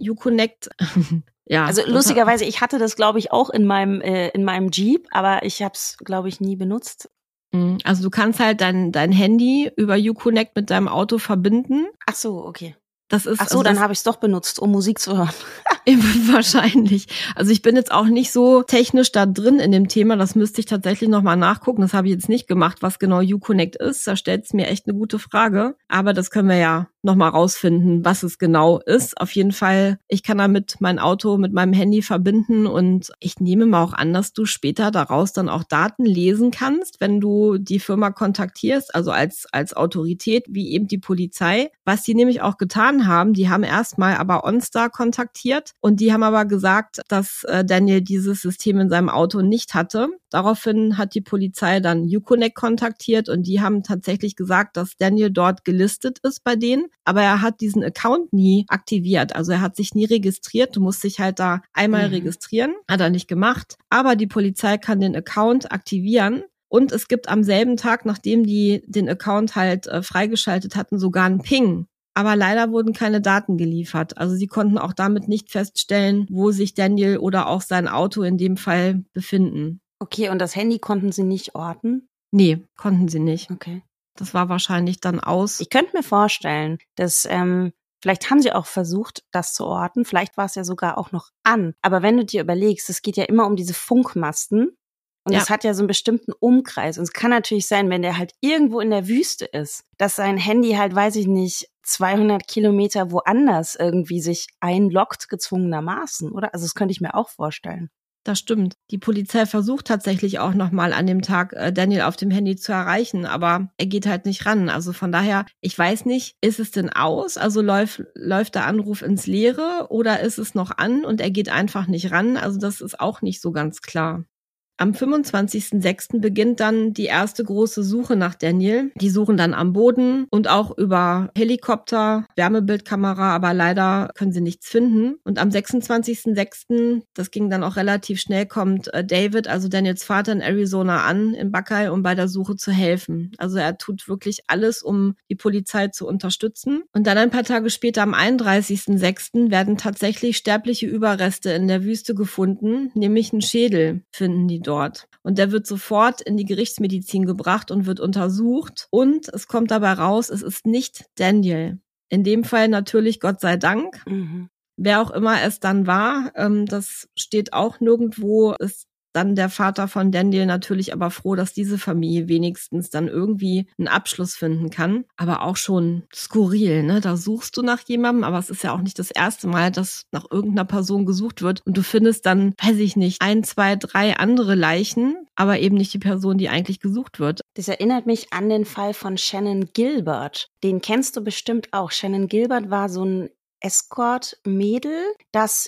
Speaker 3: Uconnect. Ja.
Speaker 1: Also lustigerweise, ich hatte das, glaube ich, auch in meinem Jeep, aber ich habe es, glaube ich, nie benutzt.
Speaker 3: Also du kannst halt dein Handy über Uconnect mit deinem Auto verbinden.
Speaker 1: Ach so, okay.
Speaker 3: Das ist,
Speaker 1: ach so, dann habe ich es doch benutzt, um Musik zu hören.
Speaker 3: Wahrscheinlich. Also ich bin jetzt auch nicht so technisch da drin in dem Thema. Das müsste ich tatsächlich nochmal nachgucken. Das habe ich jetzt nicht gemacht, was genau Uconnect ist. Da stellt es mir echt eine gute Frage. Aber das können wir ja nochmal rausfinden, was es genau ist. Auf jeden Fall, ich kann damit mein Auto mit meinem Handy verbinden und ich nehme mal auch an, dass du später daraus dann auch Daten lesen kannst, wenn du die Firma kontaktierst, also als Autorität, wie eben die Polizei. Was die nämlich auch getan haben, die haben erstmal aber OnStar kontaktiert und die haben aber gesagt, dass Daniel dieses System in seinem Auto nicht hatte. Daraufhin hat die Polizei dann Uconnect kontaktiert und die haben tatsächlich gesagt, dass Daniel dort gelistet ist bei denen, aber er hat diesen Account nie aktiviert. Also er hat sich nie registriert. Du musst dich halt da einmal registrieren. Hat er nicht gemacht. Aber die Polizei kann den Account aktivieren. Und es gibt am selben Tag, nachdem die den Account halt freigeschaltet hatten, sogar einen Ping. Aber leider wurden keine Daten geliefert. Also sie konnten auch damit nicht feststellen, wo sich Daniel oder auch sein Auto in dem Fall befinden.
Speaker 1: Okay, und das Handy konnten sie nicht orten?
Speaker 3: Nee, konnten sie nicht.
Speaker 1: Okay.
Speaker 3: Das war wahrscheinlich dann aus.
Speaker 1: Ich könnte mir vorstellen, dass vielleicht haben sie auch versucht, das zu orten. Vielleicht war es ja sogar auch noch an. Aber wenn du dir überlegst, es geht ja immer um diese Funkmasten. Und es hat ja so einen bestimmten Umkreis. Und es kann natürlich sein, wenn der halt irgendwo in der Wüste ist, dass sein Handy halt, weiß ich nicht, 200 Kilometer woanders irgendwie sich einloggt, gezwungenermaßen, oder? Also das könnte ich mir auch vorstellen.
Speaker 3: Das stimmt. Die Polizei versucht tatsächlich auch nochmal an dem Tag Daniel auf dem Handy zu erreichen, aber er geht halt nicht ran. Also von daher, ich weiß nicht, ist es denn aus? Also läuft der Anruf ins Leere oder ist es noch an und er geht einfach nicht ran? Also das ist auch nicht so ganz klar. Am 25.06. beginnt dann die erste große Suche nach Daniel. Die suchen dann am Boden und auch über Helikopter, Wärmebildkamera, aber leider können sie nichts finden. Und am 26.06., das ging dann auch relativ schnell, kommt David, also Daniels Vater, in Arizona an, in Buckeye, um bei der Suche zu helfen. Also er tut wirklich alles, um die Polizei zu unterstützen. Und dann ein paar Tage später, am 31.06., werden tatsächlich sterbliche Überreste in der Wüste gefunden, nämlich einen Schädel finden die dort. Und der wird sofort in die Gerichtsmedizin gebracht und wird untersucht. Und es kommt dabei raus, es ist nicht Daniel. In dem Fall natürlich Gott sei Dank. Wer auch immer es dann war, das steht auch nirgendwo, ist dann der Vater von Daniel natürlich aber froh, dass diese Familie wenigstens dann irgendwie einen Abschluss finden kann. Aber auch schon skurril, ne? Da suchst du nach jemandem, aber es ist ja auch nicht das erste Mal, dass nach irgendeiner Person gesucht wird und du findest dann, weiß ich nicht, 1, 2, 3 andere Leichen, aber eben nicht die Person, die eigentlich gesucht wird.
Speaker 1: Das erinnert mich an den Fall von Shannon Gilbert. Den kennst du bestimmt auch. Shannon Gilbert war so ein Escort-Mädel, das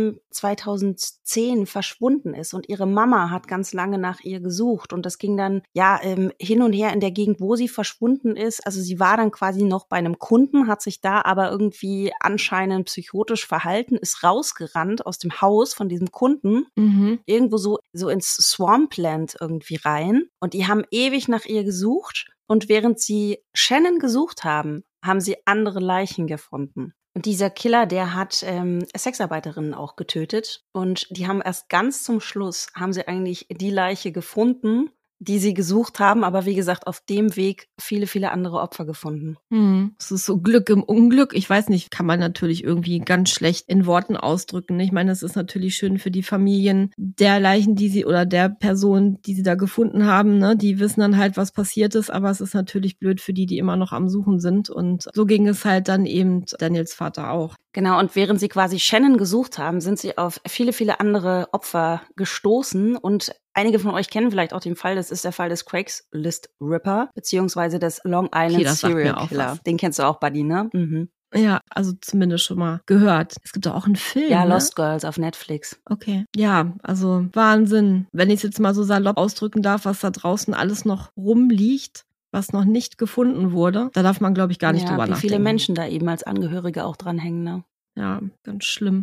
Speaker 1: 2010 verschwunden ist und ihre Mama hat ganz lange nach ihr gesucht und das ging dann hin und her in der Gegend, wo sie verschwunden ist. Also sie war dann quasi noch bei einem Kunden, hat sich da aber irgendwie anscheinend psychotisch verhalten, ist rausgerannt aus dem Haus von diesem Kunden, irgendwo so ins Swampland irgendwie rein und die haben ewig nach ihr gesucht und während sie Shannon gesucht haben, haben sie andere Leichen gefunden. Und dieser Killer, der hat Sexarbeiterinnen auch getötet. Und die haben erst ganz zum Schluss, haben sie eigentlich die Leiche gefunden, die sie gesucht haben. Aber wie gesagt, auf dem Weg viele, viele andere Opfer gefunden.
Speaker 3: Es ist so Glück im Unglück. Ich weiß nicht, kann man natürlich irgendwie ganz schlecht in Worten ausdrücken. Ich meine, es ist natürlich schön für die Familien der Leichen, die sie oder der Person, die sie da gefunden haben. Ne? Die wissen dann halt, was passiert ist. Aber es ist natürlich blöd für die immer noch am Suchen sind. Und so ging es halt dann eben Daniels Vater auch.
Speaker 1: Genau, und während sie quasi Shannon gesucht haben, sind sie auf viele, viele andere Opfer gestoßen. Und einige von euch kennen vielleicht auch den Fall, das ist der Fall des Craigslist Ripper, beziehungsweise des Long Island Serial Killer. Den kennst du auch, Buddy, ne?
Speaker 3: Ja, also zumindest schon mal gehört. Es gibt doch auch einen Film,
Speaker 1: ja,
Speaker 3: ne?
Speaker 1: Lost Girls auf Netflix.
Speaker 3: Okay, ja, also Wahnsinn. Wenn ich es jetzt mal so salopp ausdrücken darf, was da draußen alles noch rumliegt, was noch nicht gefunden wurde, da darf man, glaube ich, gar nicht drüber nachdenken.
Speaker 1: Wie viele Menschen da eben als Angehörige auch dranhängen, ne?
Speaker 3: Ja, ganz schlimm.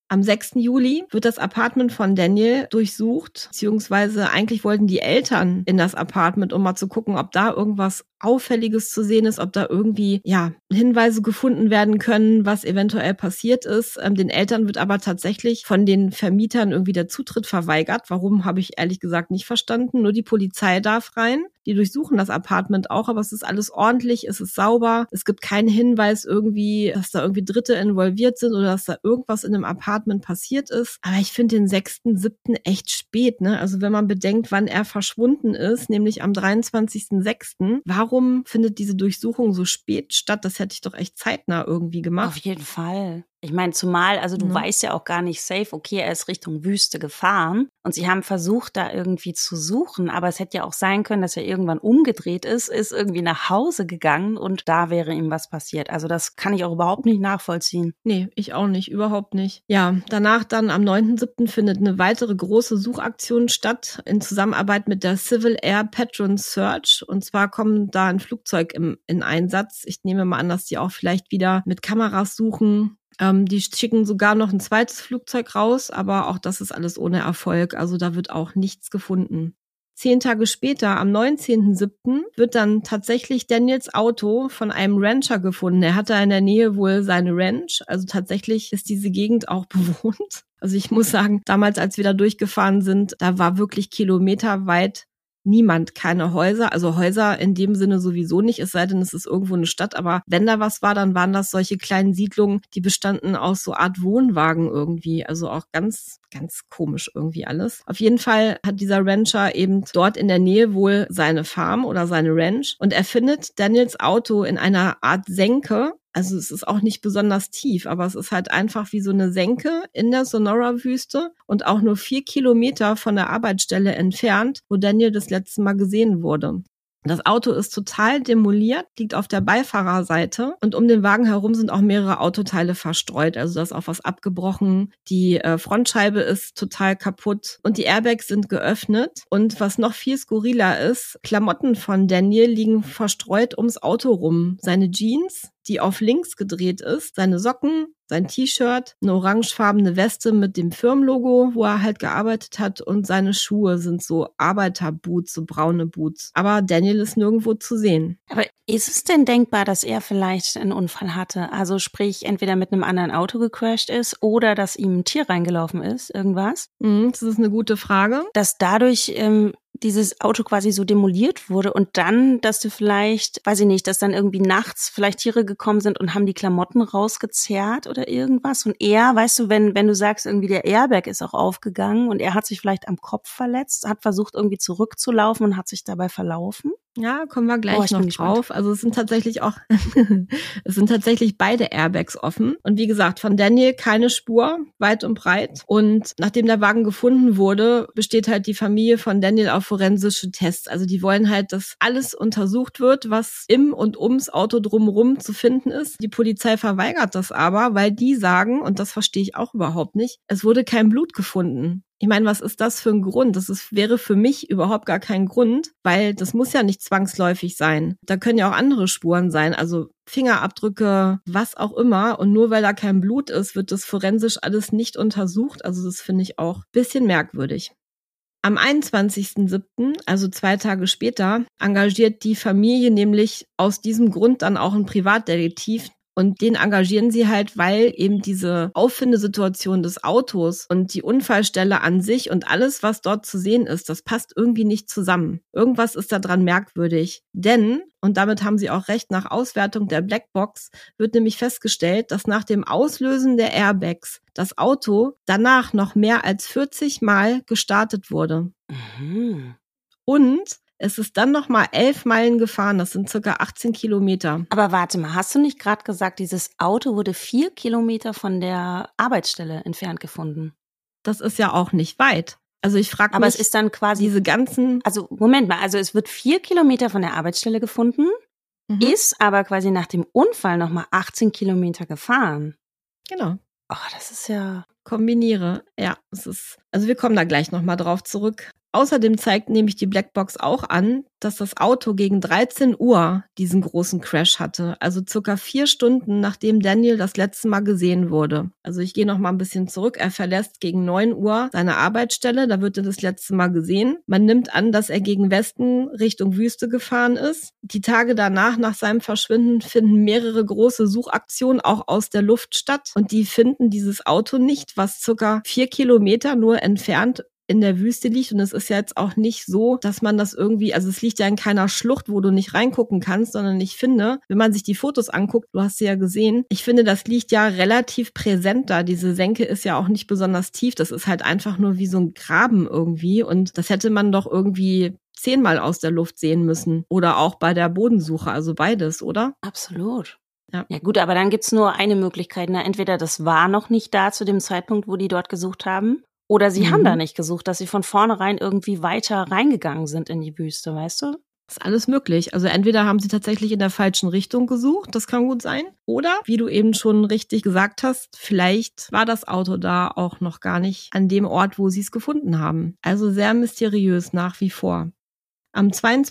Speaker 3: Am 6. Juli wird das Apartment von Daniel durchsucht, beziehungsweise eigentlich wollten die Eltern in das Apartment, um mal zu gucken, ob da irgendwas Auffälliges zu sehen ist, ob da irgendwie Hinweise gefunden werden können, was eventuell passiert ist. Den Eltern wird aber tatsächlich von den Vermietern irgendwie der Zutritt verweigert. Warum, habe ich ehrlich gesagt nicht verstanden. Nur die Polizei darf rein. Die durchsuchen das Apartment auch, aber es ist alles ordentlich, es ist sauber. Es gibt keinen Hinweis irgendwie, dass da irgendwie Dritte involviert sind oder dass da irgendwas in dem Apartment passiert ist. Aber ich finde den 6.7. echt spät, ne? Also wenn man bedenkt, wann er verschwunden ist, nämlich am 23.6. Warum findet diese Durchsuchung so spät statt? Das hätte ich doch echt zeitnah irgendwie gemacht.
Speaker 1: Auf jeden Fall. Ich meine, zumal, also du weißt ja auch gar nicht safe, okay, er ist Richtung Wüste gefahren und sie haben versucht, da irgendwie zu suchen, aber es hätte ja auch sein können, dass er irgendwann umgedreht ist irgendwie nach Hause gegangen und da wäre ihm was passiert. Also das kann ich auch überhaupt nicht nachvollziehen.
Speaker 3: Nee, ich auch nicht, überhaupt nicht. Ja, danach dann am 9.7. findet eine weitere große Suchaktion statt in Zusammenarbeit mit der Civil Air Patron Search und zwar kommen da ein Flugzeug in Einsatz. Ich nehme mal an, dass die auch vielleicht wieder mit Kameras suchen. Die schicken sogar noch ein zweites Flugzeug raus, aber auch das ist alles ohne Erfolg. Also da wird auch nichts gefunden. 10 Tage später, am 19.7., wird dann tatsächlich Daniels Auto von einem Rancher gefunden. Er hatte in der Nähe wohl seine Ranch. Also tatsächlich ist diese Gegend auch bewohnt. Also ich muss sagen, damals, als wir da durchgefahren sind, da war wirklich kilometerweit niemand, keine Häuser, also Häuser in dem Sinne sowieso nicht, es sei denn, es ist irgendwo eine Stadt, aber wenn da was war, dann waren das solche kleinen Siedlungen, die bestanden aus so Art Wohnwagen irgendwie, also auch ganz, ganz komisch irgendwie alles. Auf jeden Fall hat dieser Rancher eben dort in der Nähe wohl seine Farm oder seine Ranch und er findet Daniels Auto in einer Art Senke. Also es ist auch nicht besonders tief, aber es ist halt einfach wie so eine Senke in der Sonora-Wüste und auch nur 4 Kilometer von der Arbeitsstelle entfernt, wo Daniel das letzte Mal gesehen wurde. Das Auto ist total demoliert, liegt auf der Beifahrerseite und um den Wagen herum sind auch mehrere Autoteile verstreut. Also da ist auch was abgebrochen, die Frontscheibe ist total kaputt und die Airbags sind geöffnet. Und was noch viel skurriler ist, Klamotten von Daniel liegen verstreut ums Auto rum. Seine Jeans, die auf links gedreht ist, seine Socken, sein T-Shirt, eine orangefarbene Weste mit dem Firmenlogo, wo er halt gearbeitet hat und seine Schuhe sind so Arbeiterboots, so braune Boots. Aber Daniel ist nirgendwo zu sehen.
Speaker 1: Aber ist es denn denkbar, dass er vielleicht einen Unfall hatte? Also sprich, entweder mit einem anderen Auto gecrashed ist oder dass ihm ein Tier reingelaufen ist, irgendwas?
Speaker 3: Das ist eine gute Frage.
Speaker 1: Dass dadurch dieses Auto quasi so demoliert wurde und dann, dass du vielleicht, weiß ich nicht, dass dann irgendwie nachts vielleicht Tiere gekommen sind und haben die Klamotten rausgezerrt oder irgendwas. Und er, weißt du, wenn du sagst, irgendwie der Airbag ist auch aufgegangen und er hat sich vielleicht am Kopf verletzt, hat versucht irgendwie zurückzulaufen und hat sich dabei verlaufen.
Speaker 3: Ja, kommen wir gleich noch drauf. Also es sind tatsächlich beide Airbags offen. Und wie gesagt, von Daniel keine Spur, weit und breit. Und nachdem der Wagen gefunden wurde, besteht halt die Familie von Daniel auf forensische Tests. Also die wollen halt, dass alles untersucht wird, was im und ums Auto drumherum zu finden ist. Die Polizei verweigert das aber, weil die sagen, und das verstehe ich auch überhaupt nicht, es wurde kein Blut gefunden. Ich meine, was ist das für ein Grund? Wäre für mich überhaupt gar kein Grund, weil das muss ja nicht zwangsläufig sein. Da können ja auch andere Spuren sein, also Fingerabdrücke, was auch immer. Und nur weil da kein Blut ist, wird das forensisch alles nicht untersucht. Also das finde ich auch ein bisschen merkwürdig. Am 21.07., also 2 Tage später, engagiert die Familie nämlich aus diesem Grund dann auch einen Privatdetektiv. Und den engagieren sie halt, weil eben diese Auffindesituation des Autos und die Unfallstelle an sich und alles, was dort zu sehen ist, das passt irgendwie nicht zusammen. Irgendwas ist daran merkwürdig. Denn, und damit haben sie auch recht, nach Auswertung der Blackbox wird nämlich festgestellt, dass nach dem Auslösen der Airbags das Auto danach noch mehr als 40 Mal gestartet wurde.
Speaker 1: Mhm.
Speaker 3: Und es ist dann nochmal 11 Meilen gefahren, das sind circa 18 Kilometer.
Speaker 1: Aber warte mal, hast du nicht gerade gesagt, dieses Auto wurde 4 Kilometer von der Arbeitsstelle entfernt gefunden?
Speaker 3: Das ist ja auch nicht weit. Also ich frage mich,
Speaker 1: aber es ist dann quasi
Speaker 3: diese ganzen...
Speaker 1: Also Moment mal, also es wird 4 Kilometer von der Arbeitsstelle gefunden, ist aber quasi nach dem Unfall nochmal 18 Kilometer gefahren.
Speaker 3: Genau.
Speaker 1: Oh, das ist ja...
Speaker 3: Kombiniere, ja, es ist... Also wir kommen da gleich nochmal drauf zurück. Außerdem zeigt nämlich die Blackbox auch an, dass das Auto gegen 13 Uhr diesen großen Crash hatte. Also circa 4 Stunden, nachdem Daniel das letzte Mal gesehen wurde. Also ich gehe noch mal ein bisschen zurück. Er verlässt gegen 9 Uhr seine Arbeitsstelle. Da wird er das letzte Mal gesehen. Man nimmt an, dass er gegen Westen Richtung Wüste gefahren ist. Die Tage danach, nach seinem Verschwinden, finden mehrere große Suchaktionen auch aus der Luft statt. Und die finden dieses Auto nicht, was circa 4 Kilometer nur entfernt in der Wüste liegt. Und es ist ja jetzt auch nicht so, dass man das irgendwie, also es liegt ja in keiner Schlucht, wo du nicht reingucken kannst, sondern ich finde, wenn man sich die Fotos anguckt, du hast sie ja gesehen, ich finde, das liegt ja relativ präsent da. Diese Senke ist ja auch nicht besonders tief. Das ist halt einfach nur wie so ein Graben irgendwie. Und das hätte man doch irgendwie 10-mal aus der Luft sehen müssen. Oder auch bei der Bodensuche, also beides, oder?
Speaker 1: Absolut.
Speaker 3: Ja.
Speaker 1: Ja gut, aber dann gibt's nur eine Möglichkeit. Ne? Entweder das war noch nicht da zu dem Zeitpunkt, wo die dort gesucht haben, oder sie haben da nicht gesucht, dass sie von vornherein irgendwie weiter reingegangen sind in die Wüste, weißt du?
Speaker 3: Ist alles möglich. Also entweder haben sie tatsächlich in der falschen Richtung gesucht, das kann gut sein. Oder, wie du eben schon richtig gesagt hast, vielleicht war das Auto da auch noch gar nicht an dem Ort, wo sie es gefunden haben. Also sehr mysteriös nach wie vor. Am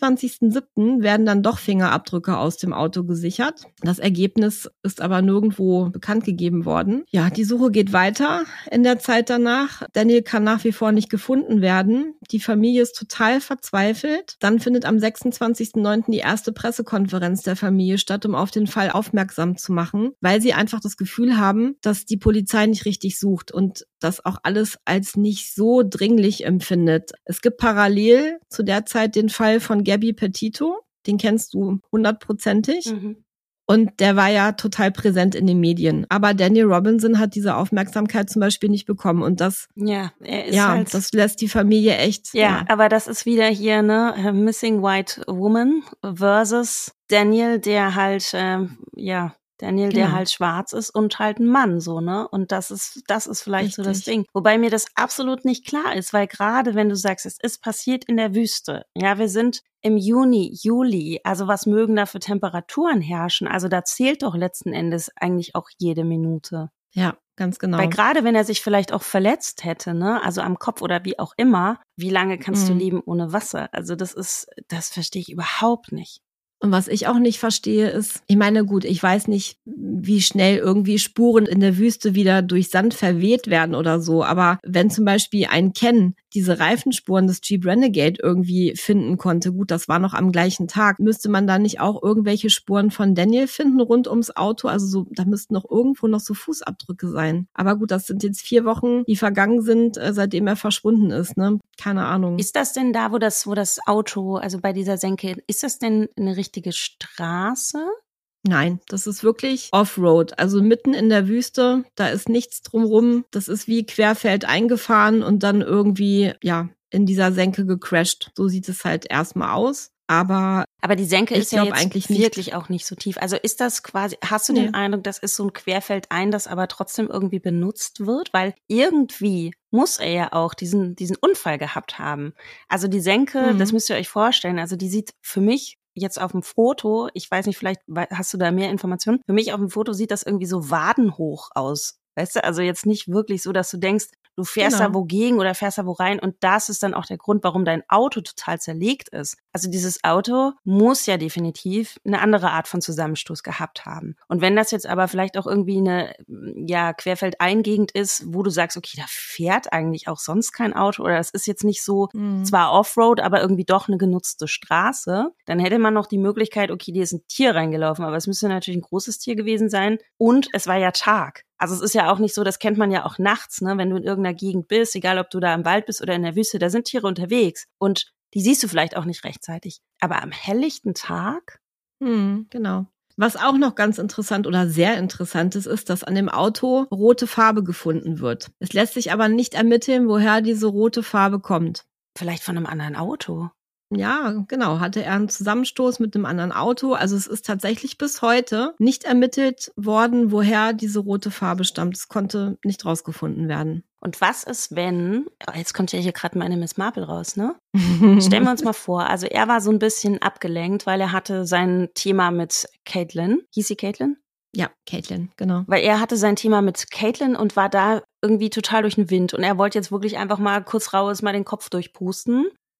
Speaker 3: 22.07. werden dann doch Fingerabdrücke aus dem Auto gesichert. Das Ergebnis ist aber nirgendwo bekannt gegeben worden. Ja, die Suche geht weiter in der Zeit danach. Daniel kann nach wie vor nicht gefunden werden. Die Familie ist total verzweifelt. Dann findet am 26.09. die erste Pressekonferenz der Familie statt, um auf den Fall aufmerksam zu machen, weil sie einfach das Gefühl haben, dass die Polizei nicht richtig sucht und das auch alles als nicht so dringlich empfindet. Es gibt parallel zu der Zeit den Fall von Gabby Petito, den kennst du 100%ig. Und der war ja total präsent in den Medien. Aber Daniel Robinson hat diese Aufmerksamkeit zum Beispiel nicht bekommen. Und das,
Speaker 1: er ist halt,
Speaker 3: das lässt die Familie echt.
Speaker 1: Ja, aber das ist wieder hier, ne, Missing White Woman versus Daniel, der halt, der halt schwarz ist und halt ein Mann, so, ne? Und das ist vielleicht
Speaker 3: Richtig.
Speaker 1: so das Ding. Wobei mir das absolut nicht klar ist, weil gerade wenn du sagst, es ist passiert in der Wüste, ja, wir sind im Juni, Juli, also was mögen da für Temperaturen herrschen? Also da zählt doch letzten Endes eigentlich auch jede Minute.
Speaker 3: Ja, ganz genau.
Speaker 1: Weil gerade wenn er sich vielleicht auch verletzt hätte, ne, also am Kopf oder wie auch immer, wie lange kannst du leben ohne Wasser? Also das verstehe ich überhaupt nicht.
Speaker 3: Und was ich auch nicht verstehe ist, ich meine, gut, ich weiß nicht, wie schnell irgendwie Spuren in der Wüste wieder durch Sand verweht werden oder so, aber wenn zum Beispiel ein Ken diese Reifenspuren des Jeep Renegade irgendwie finden konnte, gut, das war noch am gleichen Tag, müsste man da nicht auch irgendwelche Spuren von Daniel finden rund ums Auto? Also so, da müssten noch irgendwo noch so Fußabdrücke sein. Aber gut, das sind jetzt 4 Wochen, die vergangen sind, seitdem er verschwunden ist, ne? Keine Ahnung.
Speaker 1: Ist das denn da, wo das Auto, also bei dieser Senke, ist das denn eine richtige Straße?
Speaker 3: Nein, das ist wirklich Offroad, also mitten in der Wüste, da ist nichts drumrum. Das ist wie querfeld eingefahren und dann irgendwie, ja, in dieser Senke gecrashed. So sieht es halt erstmal aus. Aber
Speaker 1: die Senke ist ja jetzt
Speaker 3: eigentlich
Speaker 1: wirklich auch nicht so tief. Also ist das quasi, hast du den Eindruck, das ist so ein Querfeldein, das aber trotzdem irgendwie benutzt wird? Weil irgendwie muss er ja auch diesen Unfall gehabt haben. Also die Senke, das müsst ihr euch vorstellen, also die sieht für mich jetzt auf dem Foto, ich weiß nicht, vielleicht hast du da mehr Informationen, für mich auf dem Foto sieht das irgendwie so wadenhoch aus. Weißt du, also jetzt nicht wirklich so, dass du denkst, du fährst da wogegen oder fährst da wo rein und das ist dann auch der Grund, warum dein Auto total zerlegt ist. Also dieses Auto muss ja definitiv eine andere Art von Zusammenstoß gehabt haben. Und wenn das jetzt aber vielleicht auch irgendwie eine, Querfeldeingegend ist, wo du sagst, okay, da fährt eigentlich auch sonst kein Auto oder das ist jetzt nicht so, zwar Offroad, aber irgendwie doch eine genutzte Straße, dann hätte man noch die Möglichkeit, okay, hier ist ein Tier reingelaufen, aber es müsste natürlich ein großes Tier gewesen sein und es war ja Tag. Also es ist ja auch nicht so, das kennt man ja auch nachts, ne, wenn du in irgendeiner Gegend bist, egal ob du da im Wald bist oder in der Wüste, da sind Tiere unterwegs und die siehst du vielleicht auch nicht rechtzeitig. Aber am helllichten Tag?
Speaker 3: Genau. Was auch noch ganz interessant oder sehr interessant ist, dass an dem Auto rote Farbe gefunden wird. Es lässt sich aber nicht ermitteln, woher diese rote Farbe kommt.
Speaker 1: Vielleicht von einem anderen Auto.
Speaker 3: Ja, genau. Hatte er einen Zusammenstoß mit einem anderen Auto? Also es ist tatsächlich bis heute nicht ermittelt worden, woher diese rote Farbe stammt. Es konnte nicht rausgefunden werden.
Speaker 1: Und was ist, wenn, jetzt kommt ja hier gerade meine Miss Marple raus, ne? Stellen wir uns mal vor, also er war so ein bisschen abgelenkt, weil er hatte sein Thema mit Caitlin. Hieß sie Caitlin?
Speaker 3: Ja, Caitlin, genau.
Speaker 1: Weil er hatte sein Thema mit Caitlin und war da irgendwie total durch den Wind. Und er wollte jetzt wirklich einfach mal kurz raus, mal den Kopf durchpusten.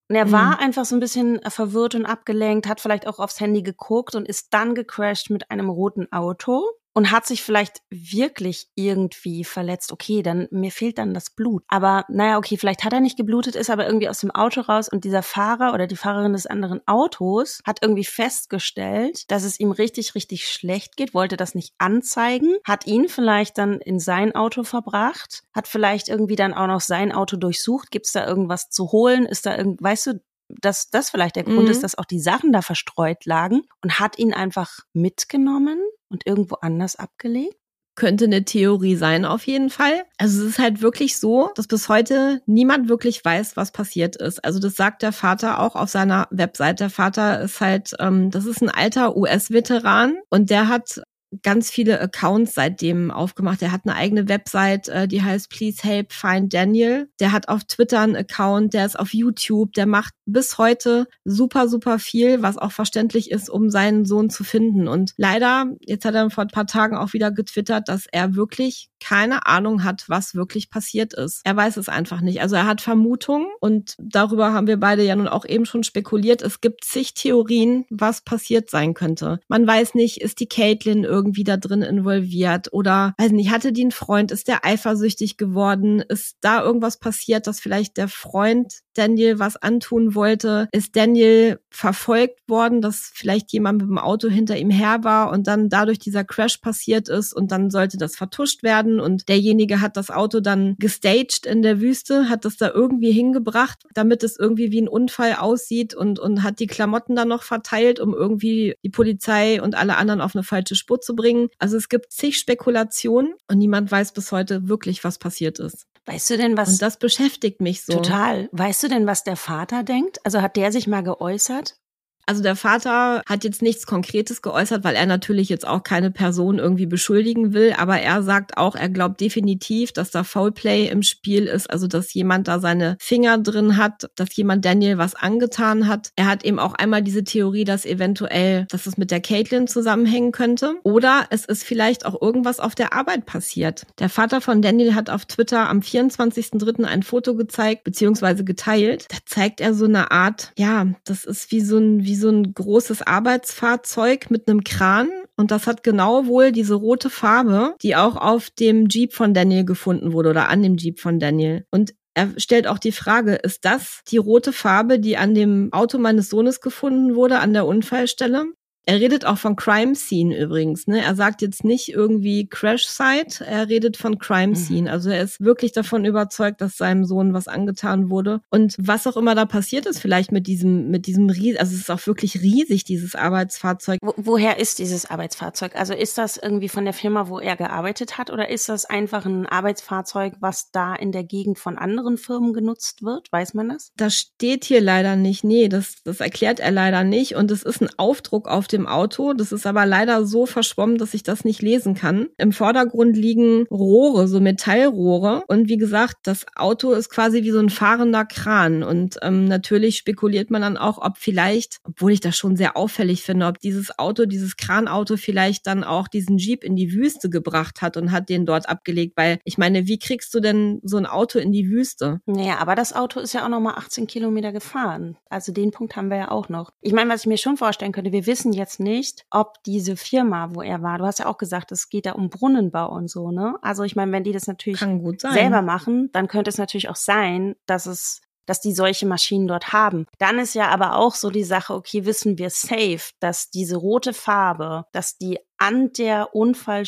Speaker 1: Und er war einfach so ein bisschen verwirrt und abgelenkt, hat vielleicht auch aufs Handy geguckt und ist dann gecrashed mit einem roten Auto und hat sich vielleicht wirklich irgendwie verletzt. Okay, dann mir fehlt dann das Blut. Aber naja, okay, vielleicht hat er nicht geblutet, ist aber irgendwie aus dem Auto raus und dieser Fahrer oder die Fahrerin des anderen Autos hat irgendwie festgestellt, dass es ihm richtig, richtig schlecht geht, wollte das nicht anzeigen, hat ihn vielleicht dann in sein Auto verbracht, hat vielleicht irgendwie dann auch noch sein Auto durchsucht. Gibt es da irgendwas zu holen? Ist da weißt du, dass das vielleicht der Grund ist, dass auch die Sachen da verstreut lagen und hat ihn einfach mitgenommen und irgendwo anders abgelegt?
Speaker 3: Könnte eine Theorie sein, auf jeden Fall. Also es ist halt wirklich so, dass bis heute niemand wirklich weiß, was passiert ist. Also das sagt der Vater auch auf seiner Website. Der Vater ist halt, das ist ein alter US-Veteran und der hat ganz viele Accounts seitdem aufgemacht. Er hat eine eigene Website, die heißt Please Help Find Daniel. Der hat auf Twitter einen Account, der ist auf YouTube, der macht bis heute super, super viel, was auch verständlich ist, um seinen Sohn zu finden. Und leider, jetzt hat er vor ein paar Tagen auch wieder getwittert, dass er wirklich keine Ahnung hat, was wirklich passiert ist. Er weiß es einfach nicht. Also er hat Vermutungen und darüber haben wir beide ja nun auch eben schon spekuliert. Es gibt zig Theorien, was passiert sein könnte. Man weiß nicht, ist die Caitlin irgendwie da drin involviert oder, weiß nicht, hatte die einen Freund, ist der eifersüchtig geworden, ist da irgendwas passiert, dass vielleicht der Freund Daniel was antun wollte, ist Daniel verfolgt worden, dass vielleicht jemand mit dem Auto hinter ihm her war und dann dadurch dieser Crash passiert ist und dann sollte das vertuscht werden und derjenige hat das Auto dann gestaged in der Wüste, hat das da irgendwie hingebracht, damit es irgendwie wie ein Unfall aussieht und hat die Klamotten dann noch verteilt, um irgendwie die Polizei und alle anderen auf eine falsche Spur zu bringen. Also es gibt zig Spekulationen und niemand weiß bis heute wirklich, was passiert ist.
Speaker 1: Weißt du denn, was...
Speaker 3: Und das beschäftigt mich so.
Speaker 1: Total. Weißt du denn, was der Vater denkt? Also hat der sich mal geäußert?
Speaker 3: Also der Vater hat jetzt nichts Konkretes geäußert, weil er natürlich jetzt auch keine Person irgendwie beschuldigen will, aber er sagt auch, er glaubt definitiv, dass da Foulplay im Spiel ist, also dass jemand da seine Finger drin hat, dass jemand Daniel was angetan hat. Er hat eben auch einmal diese Theorie, dass eventuell, dass es mit der Caitlin zusammenhängen könnte oder es ist vielleicht auch irgendwas auf der Arbeit passiert. Der Vater von Daniel hat auf Twitter am 24.03. ein Foto gezeigt, beziehungsweise geteilt. Da zeigt er so eine Art, ja, das ist wie so ein großes Arbeitsfahrzeug mit einem Kran und das hat genau wohl diese rote Farbe, die auch auf dem Jeep von Daniel gefunden wurde oder an dem Jeep von Daniel. Und er stellt auch die Frage, ist das die rote Farbe, die an dem Auto meines Sohnes gefunden wurde, an der Unfallstelle? Er redet auch von Crime Scene übrigens, ne? Er sagt jetzt nicht irgendwie Crash Site, er redet von Crime Scene. Also er ist wirklich davon überzeugt, dass seinem Sohn was angetan wurde. Und was auch immer da passiert ist, vielleicht mit diesem riesen, also es ist auch wirklich riesig, dieses Arbeitsfahrzeug.
Speaker 1: Woher ist dieses Arbeitsfahrzeug? Also ist das irgendwie von der Firma, wo er gearbeitet hat, oder ist das einfach ein Arbeitsfahrzeug, was da in der Gegend von anderen Firmen genutzt wird? Weiß man das?
Speaker 3: Das steht hier leider nicht. Nee, das erklärt er leider nicht. Und es ist ein Aufdruck auf dem Auto. Das ist aber leider so verschwommen, dass ich das nicht lesen kann. Im Vordergrund liegen Rohre, so Metallrohre. Und wie gesagt, das Auto ist quasi wie so ein fahrender Kran. Und natürlich spekuliert man dann auch, ob vielleicht, obwohl ich das schon sehr auffällig finde, ob dieses Auto, dieses Kranauto vielleicht dann auch diesen Jeep in die Wüste gebracht hat und hat den dort abgelegt. Weil ich meine, wie kriegst du denn so ein Auto in die Wüste?
Speaker 1: Naja, aber das Auto ist ja auch nochmal 18 Kilometer gefahren. Also den Punkt haben wir ja auch noch. Ich meine, was ich mir schon vorstellen könnte, wir wissen jetzt nicht, ob diese Firma, wo er war, du hast ja auch gesagt, es geht da um Brunnenbau und so, ne? Also ich meine, wenn die das natürlich selber machen, dann könnte es natürlich auch sein, dass die solche Maschinen dort haben. Dann ist ja aber auch so die Sache, okay, wissen wir safe, dass diese rote Farbe, dass die an der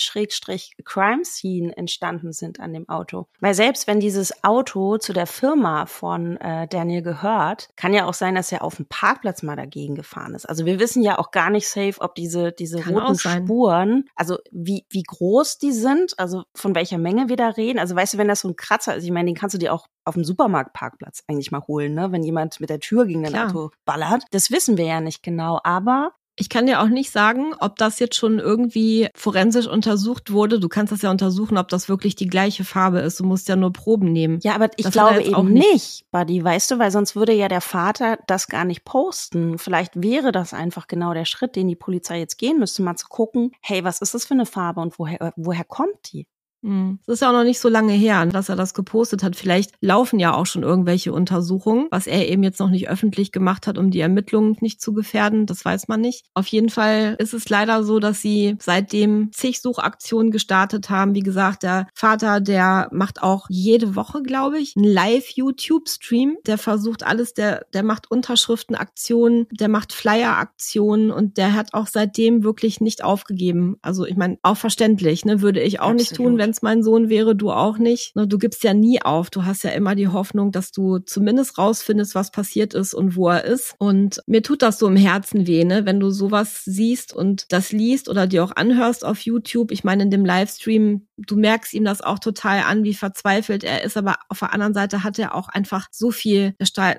Speaker 1: Unfall-Crime-Scene entstanden sind an dem Auto. Weil selbst wenn dieses Auto zu der Firma von Daniel gehört, kann ja auch sein, dass er auf dem Parkplatz mal dagegen gefahren ist. Also wir wissen ja auch gar nicht safe, ob diese roten Spuren, also wie groß die sind, also von welcher Menge wir da reden. Also weißt du, wenn das so ein Kratzer ist, ich meine, den kannst du dir auch auf dem Supermarktparkplatz eigentlich mal holen, ne? Wenn jemand mit der Tür gegen dein Auto ballert. Das wissen wir ja nicht genau, aber
Speaker 3: ich kann dir auch nicht sagen, ob das jetzt schon irgendwie forensisch untersucht wurde. Du kannst das ja untersuchen, ob das wirklich die gleiche Farbe ist. Du musst ja nur Proben nehmen.
Speaker 1: Ja, aber ich glaube eben nicht, Buddy, weißt du, weil sonst würde ja der Vater das gar nicht posten. Vielleicht wäre das einfach genau der Schritt, den die Polizei jetzt gehen müsste, mal zu gucken, hey, was ist das für eine Farbe und woher kommt die?
Speaker 3: Es ist ja auch noch nicht so lange her, dass er das gepostet hat. Vielleicht laufen ja auch schon irgendwelche Untersuchungen, was er eben jetzt noch nicht öffentlich gemacht hat, um die Ermittlungen nicht zu gefährden. Das weiß man nicht. Auf jeden Fall ist es leider so, dass sie seitdem zig Suchaktionen gestartet haben. Wie gesagt, der Vater, der macht auch jede Woche, glaube ich, einen Live-YouTube-Stream. Der versucht alles, der macht Unterschriftenaktionen, der macht Flyer-Aktionen und der hat auch seitdem wirklich nicht aufgegeben. Also ich meine, auch verständlich, ne, würde ich auch nicht tun, wenn es mein Sohn wäre, du auch nicht. Du gibst ja nie auf. Du hast ja immer die Hoffnung, dass du zumindest rausfindest, was passiert ist und wo er ist. Und mir tut das so im Herzen weh, ne? Wenn du sowas siehst und das liest oder dir auch anhörst auf YouTube. Ich meine, in dem Livestream, du merkst ihm das auch total an, wie verzweifelt er ist. Aber auf der anderen Seite hat er auch einfach so viel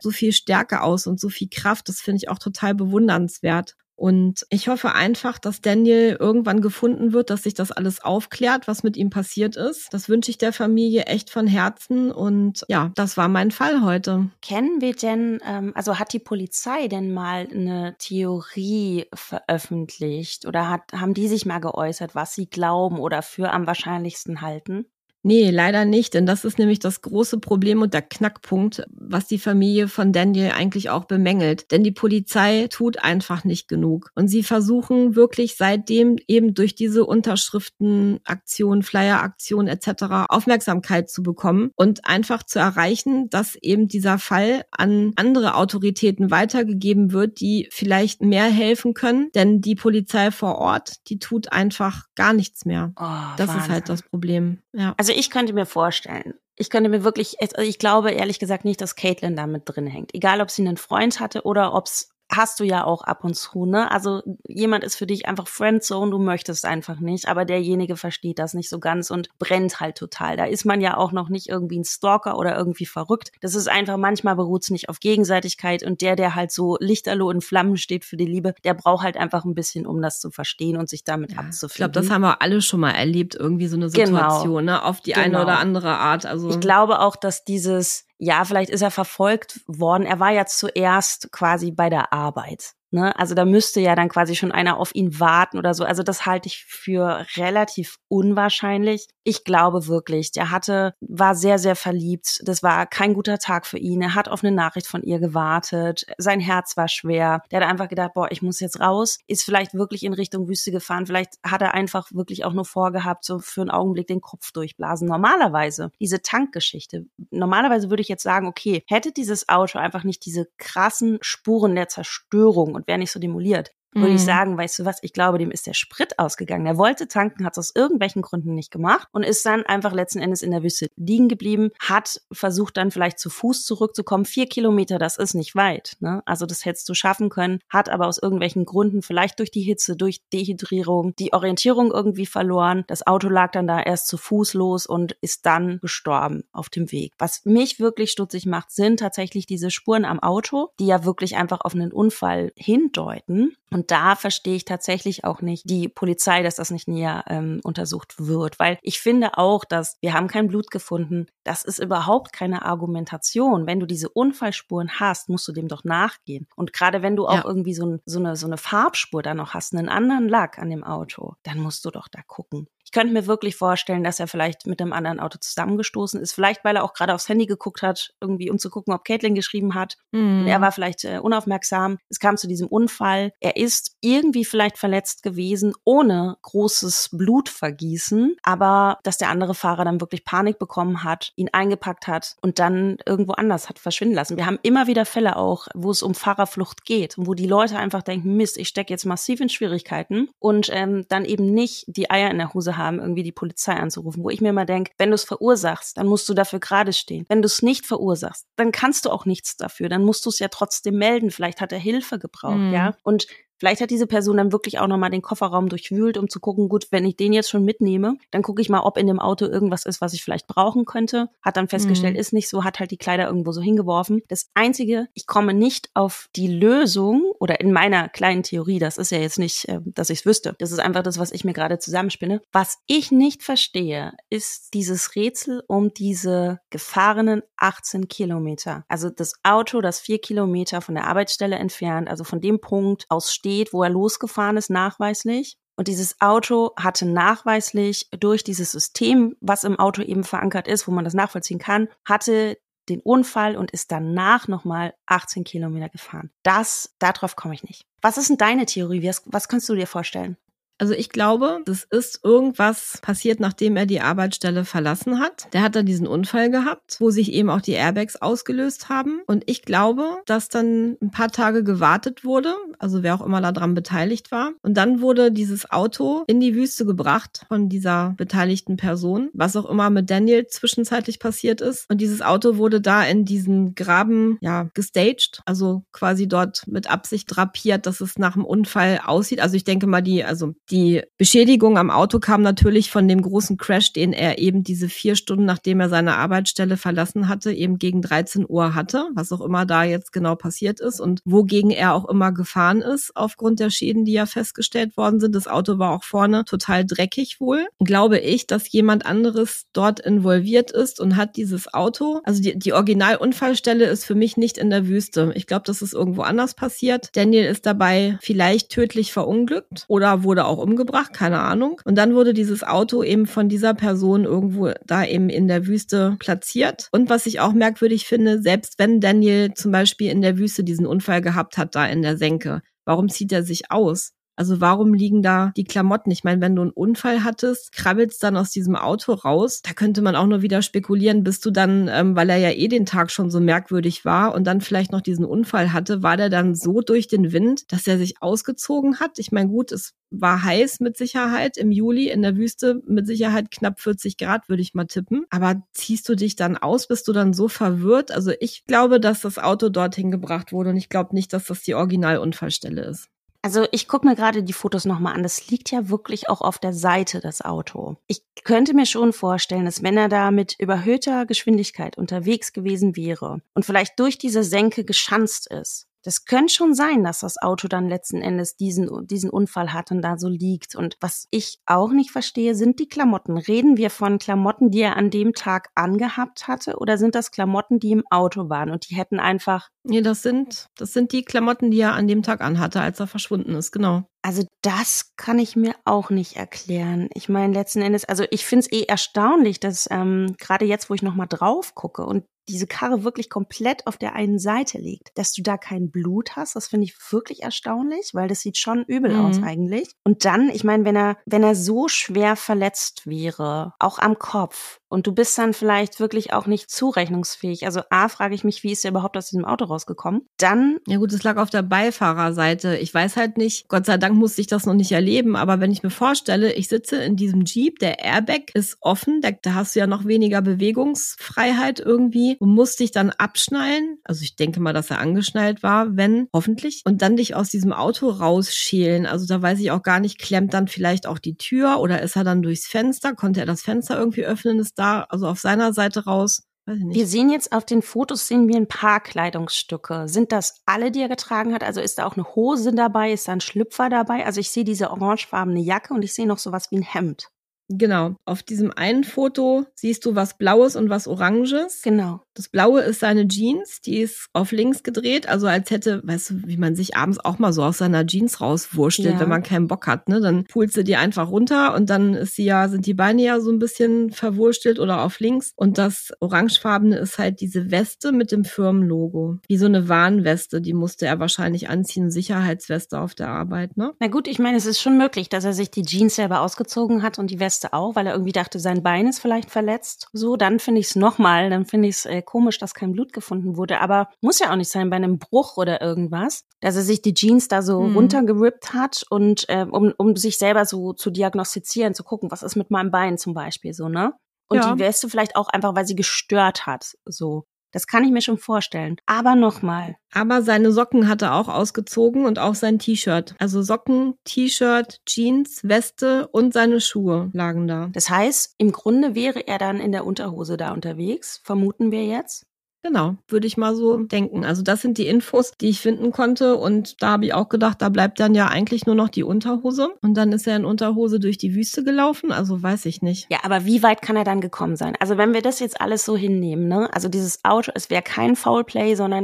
Speaker 3: Stärke aus und so viel Kraft. Das finde ich auch total bewundernswert. Und ich hoffe einfach, dass Daniel irgendwann gefunden wird, dass sich das alles aufklärt, was mit ihm passiert ist. Das wünsche ich der Familie echt von Herzen. Und ja, das war mein Fall heute.
Speaker 1: Kennen wir denn, also hat die Polizei denn mal eine Theorie veröffentlicht oder haben die sich mal geäußert, was sie glauben oder für am wahrscheinlichsten halten?
Speaker 3: Nee, leider nicht, denn das ist nämlich das große Problem und der Knackpunkt, was die Familie von Daniel eigentlich auch bemängelt. Denn die Polizei tut einfach nicht genug. Und sie versuchen wirklich seitdem eben durch diese Unterschriftenaktion, Flyeraktion etc. Aufmerksamkeit zu bekommen und einfach zu erreichen, dass eben dieser Fall an andere Autoritäten weitergegeben wird, die vielleicht mehr helfen können. Denn die Polizei vor Ort, die tut einfach gar nichts mehr. Das
Speaker 1: Wahnsinn.
Speaker 3: ist halt das Problem. Ja.
Speaker 1: Also ich könnte mir vorstellen, ich glaube ehrlich gesagt nicht, dass Caitlyn da mit drin hängt. Egal, ob sie einen Freund hatte oder ob's hast du ja auch ab und zu, ne? Also jemand ist für dich einfach Friendzone, du möchtest einfach nicht, aber derjenige versteht das nicht so ganz und brennt halt total. Da ist man ja auch noch nicht irgendwie ein Stalker oder irgendwie verrückt. Das ist einfach, manchmal beruht es nicht auf Gegenseitigkeit und der halt so lichterloh in Flammen steht für die Liebe, der braucht halt einfach ein bisschen, um das zu verstehen und sich damit abzufinden.
Speaker 3: Ich glaube, das haben wir alle schon mal erlebt, irgendwie so eine Situation, ne? Auf die eine oder andere Art. Also
Speaker 1: ich glaube auch, dass vielleicht ist er verfolgt worden. Er war ja zuerst quasi bei der Arbeit. Ne? Also da müsste ja dann quasi schon einer auf ihn warten oder so. Also das halte ich für relativ unwahrscheinlich. Ich glaube wirklich, war sehr, sehr verliebt. Das war kein guter Tag für ihn. Er hat auf eine Nachricht von ihr gewartet. Sein Herz war schwer. Der hat einfach gedacht, ich muss jetzt raus. Ist vielleicht wirklich in Richtung Wüste gefahren. Vielleicht hat er einfach wirklich auch nur vorgehabt, so für einen Augenblick den Kopf durchblasen. Normalerweise, diese Tankgeschichte, würde ich jetzt sagen, okay, hätte dieses Auto einfach nicht diese krassen Spuren der Zerstörung und wäre nicht so demoliert, würde ich sagen, weißt du was, ich glaube, dem ist der Sprit ausgegangen. Er wollte tanken, hat es aus irgendwelchen Gründen nicht gemacht und ist dann einfach letzten Endes in der Wüste liegen geblieben, hat versucht dann vielleicht zu Fuß zurückzukommen. 4 Kilometer, das ist nicht weit, ne? Also das hättest du schaffen können, hat aber aus irgendwelchen Gründen, vielleicht durch die Hitze, durch Dehydrierung, die Orientierung irgendwie verloren. Das Auto lag dann da erst zu Fuß los und ist dann gestorben auf dem Weg. Was mich wirklich stutzig macht, sind tatsächlich diese Spuren am Auto, die ja wirklich einfach auf einen Unfall hindeuten. Und da verstehe ich tatsächlich auch nicht die Polizei, dass das nicht näher untersucht wird. Weil ich finde auch, dass wir haben kein Blut gefunden. Das ist überhaupt keine Argumentation. Wenn du diese Unfallspuren hast, musst du dem doch nachgehen. Und gerade wenn du auch irgendwie so eine Farbspur da noch hast, einen anderen Lack an dem Auto, dann musst du doch da gucken. Ich könnte mir wirklich vorstellen, dass er vielleicht mit einem anderen Auto zusammengestoßen ist. Vielleicht, weil er auch gerade aufs Handy geguckt hat, irgendwie um zu gucken, ob Caitlyn geschrieben hat. Und er war vielleicht unaufmerksam. Es kam zu diesem Unfall. Er ist irgendwie vielleicht verletzt gewesen, ohne großes Blutvergießen. Aber dass der andere Fahrer dann wirklich Panik bekommen hat, ihn eingepackt hat und dann irgendwo anders hat verschwinden lassen. Wir haben immer wieder Fälle auch, wo es um Fahrerflucht geht und wo die Leute einfach denken, Mist, ich stecke jetzt massiv in Schwierigkeiten und dann eben nicht die Eier in der Hose haben, irgendwie die Polizei anzurufen, wo ich mir immer denke, wenn du es verursachst, dann musst du dafür gerade stehen. Wenn du es nicht verursachst, dann kannst du auch nichts dafür, dann musst du es ja trotzdem melden. Vielleicht hat er Hilfe gebraucht, ja. Und vielleicht hat diese Person dann wirklich auch nochmal den Kofferraum durchwühlt, um zu gucken, gut, wenn ich den jetzt schon mitnehme, dann gucke ich mal, ob in dem Auto irgendwas ist, was ich vielleicht brauchen könnte. Hat dann festgestellt, ist nicht so, hat halt die Kleider irgendwo so hingeworfen. Das Einzige, ich komme nicht auf die Lösung oder in meiner kleinen Theorie, das ist ja jetzt nicht, dass ich es wüsste. Das ist einfach das, was ich mir gerade zusammenspinne. Was ich nicht verstehe, ist dieses Rätsel um diese gefahrenen 18 Kilometer. Also das Auto, das 4 Kilometer von der Arbeitsstelle entfernt, also von dem Punkt aus steht, wo er losgefahren ist, nachweislich. Und dieses Auto hatte nachweislich durch dieses System, was im Auto eben verankert ist, wo man das nachvollziehen kann, hatte den Unfall und ist danach nochmal 18 Kilometer gefahren. Darauf komme ich nicht. Was ist denn deine Theorie? Was kannst du dir vorstellen?
Speaker 3: Also ich glaube, das ist irgendwas passiert, nachdem er die Arbeitsstelle verlassen hat. Der hat dann diesen Unfall gehabt, wo sich eben auch die Airbags ausgelöst haben. Und ich glaube, dass dann ein paar Tage gewartet wurde, also wer auch immer daran beteiligt war. Und dann wurde dieses Auto in die Wüste gebracht von dieser beteiligten Person, was auch immer mit Daniel zwischenzeitlich passiert ist. Und dieses Auto wurde da in diesen Graben, gestaged, also quasi dort mit Absicht drapiert, dass es nach dem Unfall aussieht. Also ich denke mal, die Beschädigung am Auto kam natürlich von dem großen Crash, den er eben diese 4 Stunden, nachdem er seine Arbeitsstelle verlassen hatte, eben gegen 13 Uhr hatte, was auch immer da jetzt genau passiert ist und wogegen er auch immer gefahren ist, aufgrund der Schäden, die ja festgestellt worden sind. Das Auto war auch vorne total dreckig wohl. Glaube ich, dass jemand anderes dort involviert ist und hat dieses Auto, also die Originalunfallstelle ist für mich nicht in der Wüste. Ich glaube, das ist irgendwo anders passiert. Daniel ist dabei vielleicht tödlich verunglückt oder wurde auch umgebracht, keine Ahnung. Und dann wurde dieses Auto eben von dieser Person irgendwo da eben in der Wüste platziert. Und was ich auch merkwürdig finde, selbst wenn Daniel zum Beispiel in der Wüste diesen Unfall gehabt hat, da in der Senke, warum zieht er sich aus? Also warum liegen da die Klamotten? Ich meine, wenn du einen Unfall hattest, krabbelst dann aus diesem Auto raus. Da könnte man auch nur wieder spekulieren, bist du dann, weil er ja den Tag schon so merkwürdig war und dann vielleicht noch diesen Unfall hatte, war der dann so durch den Wind, dass er sich ausgezogen hat? Ich meine, gut, es war heiß mit Sicherheit im Juli in der Wüste, mit Sicherheit knapp 40 Grad, würde ich mal tippen. Aber ziehst du dich dann aus? Bist du dann so verwirrt? Also ich glaube, dass das Auto dorthin gebracht wurde und ich glaube nicht, dass das die Originalunfallstelle ist.
Speaker 1: Also ich gucke mir gerade die Fotos nochmal an. Das liegt ja wirklich auch auf der Seite, das Auto. Ich könnte mir schon vorstellen, dass wenn er da mit überhöhter Geschwindigkeit unterwegs gewesen wäre und vielleicht durch diese Senke geschanzt ist, das könnte schon sein, dass das Auto dann letzten Endes diesen Unfall hat und da so liegt. Und was ich auch nicht verstehe, sind die Klamotten. Reden wir von Klamotten, die er an dem Tag angehabt hatte, oder sind das Klamotten, die im Auto waren und die hätten einfach...
Speaker 3: Nee, das sind die Klamotten, die er an dem Tag anhatte, als er verschwunden ist, genau.
Speaker 1: Also das kann ich mir auch nicht erklären. Ich meine, letzten Endes, also ich finde es erstaunlich, dass gerade jetzt, wo ich nochmal drauf gucke und diese Karre wirklich komplett auf der einen Seite liegt, dass du da kein Blut hast, das finde ich wirklich erstaunlich, weil das sieht schon übel aus eigentlich. Und dann, ich meine, wenn er so schwer verletzt wäre, auch am Kopf, und du bist dann vielleicht wirklich auch nicht zurechnungsfähig. Also frage ich mich, wie ist er überhaupt aus diesem Auto rausgekommen? Dann...
Speaker 3: Ja gut, es lag auf der Beifahrerseite. Ich weiß halt nicht, Gott sei Dank musste ich das noch nicht erleben, aber wenn ich mir vorstelle, ich sitze in diesem Jeep, der Airbag ist offen, da hast du ja noch weniger Bewegungsfreiheit irgendwie und musst dich dann abschnallen. Also ich denke mal, dass er angeschnallt war, hoffentlich. Und dann dich aus diesem Auto rausschälen. Also da weiß ich auch gar nicht, klemmt dann vielleicht auch die Tür oder ist er dann durchs Fenster? Konnte er das Fenster irgendwie öffnen? Ist da also auf seiner Seite raus? Weiß ich nicht.
Speaker 1: Wir sehen jetzt auf den Fotos, sehen wir ein paar Kleidungsstücke. Sind das alle, die er getragen hat? Also ist da auch eine Hose dabei? Ist da ein Schlüpfer dabei? Also ich sehe diese orangefarbene Jacke und ich sehe noch sowas wie ein Hemd.
Speaker 3: Genau, auf diesem einen Foto siehst du was Blaues und was Oranges.
Speaker 1: Genau.
Speaker 3: Das Blaue ist seine Jeans, die ist auf links gedreht, also als hätte, weißt du, wie man sich abends auch mal so aus seiner Jeans rauswurschtelt, wenn man keinen Bock hat, ne? Dann pulst du die einfach runter und dann sind die Beine ja so ein bisschen verwurstelt oder auf links. Und das Orangefarbene ist halt diese Weste mit dem Firmenlogo. Wie so eine Warnweste, die musste er wahrscheinlich anziehen, Sicherheitsweste auf der Arbeit, ne?
Speaker 1: Na gut, ich meine, es ist schon möglich, dass er sich die Jeans selber ausgezogen hat und die Weste auch, weil er irgendwie dachte, sein Bein ist vielleicht verletzt. So, dann finde ich es komisch, dass kein Blut gefunden wurde. Aber muss ja auch nicht sein bei einem Bruch oder irgendwas, dass er sich die Jeans da so runtergerippt hat und um sich selber so zu diagnostizieren, zu gucken, was ist mit meinem Bein zum Beispiel so, ne? Und die Weste vielleicht auch einfach, weil sie gestört hat, so. Das kann ich mir schon vorstellen. Aber nochmal.
Speaker 3: Aber seine Socken hat er auch ausgezogen und auch sein T-Shirt. Also Socken, T-Shirt, Jeans, Weste und seine Schuhe lagen da.
Speaker 1: Das heißt, im Grunde wäre er dann in der Unterhose da unterwegs, vermuten wir jetzt.
Speaker 3: Genau, würde ich mal so denken. Also das sind die Infos, die ich finden konnte und da habe ich auch gedacht, da bleibt dann ja eigentlich nur noch die Unterhose und dann ist er in Unterhose durch die Wüste gelaufen, also weiß ich nicht.
Speaker 1: Ja, aber wie weit kann er dann gekommen sein? Also wenn wir das jetzt alles so hinnehmen, ne? Also dieses Auto, es wäre kein Foulplay, sondern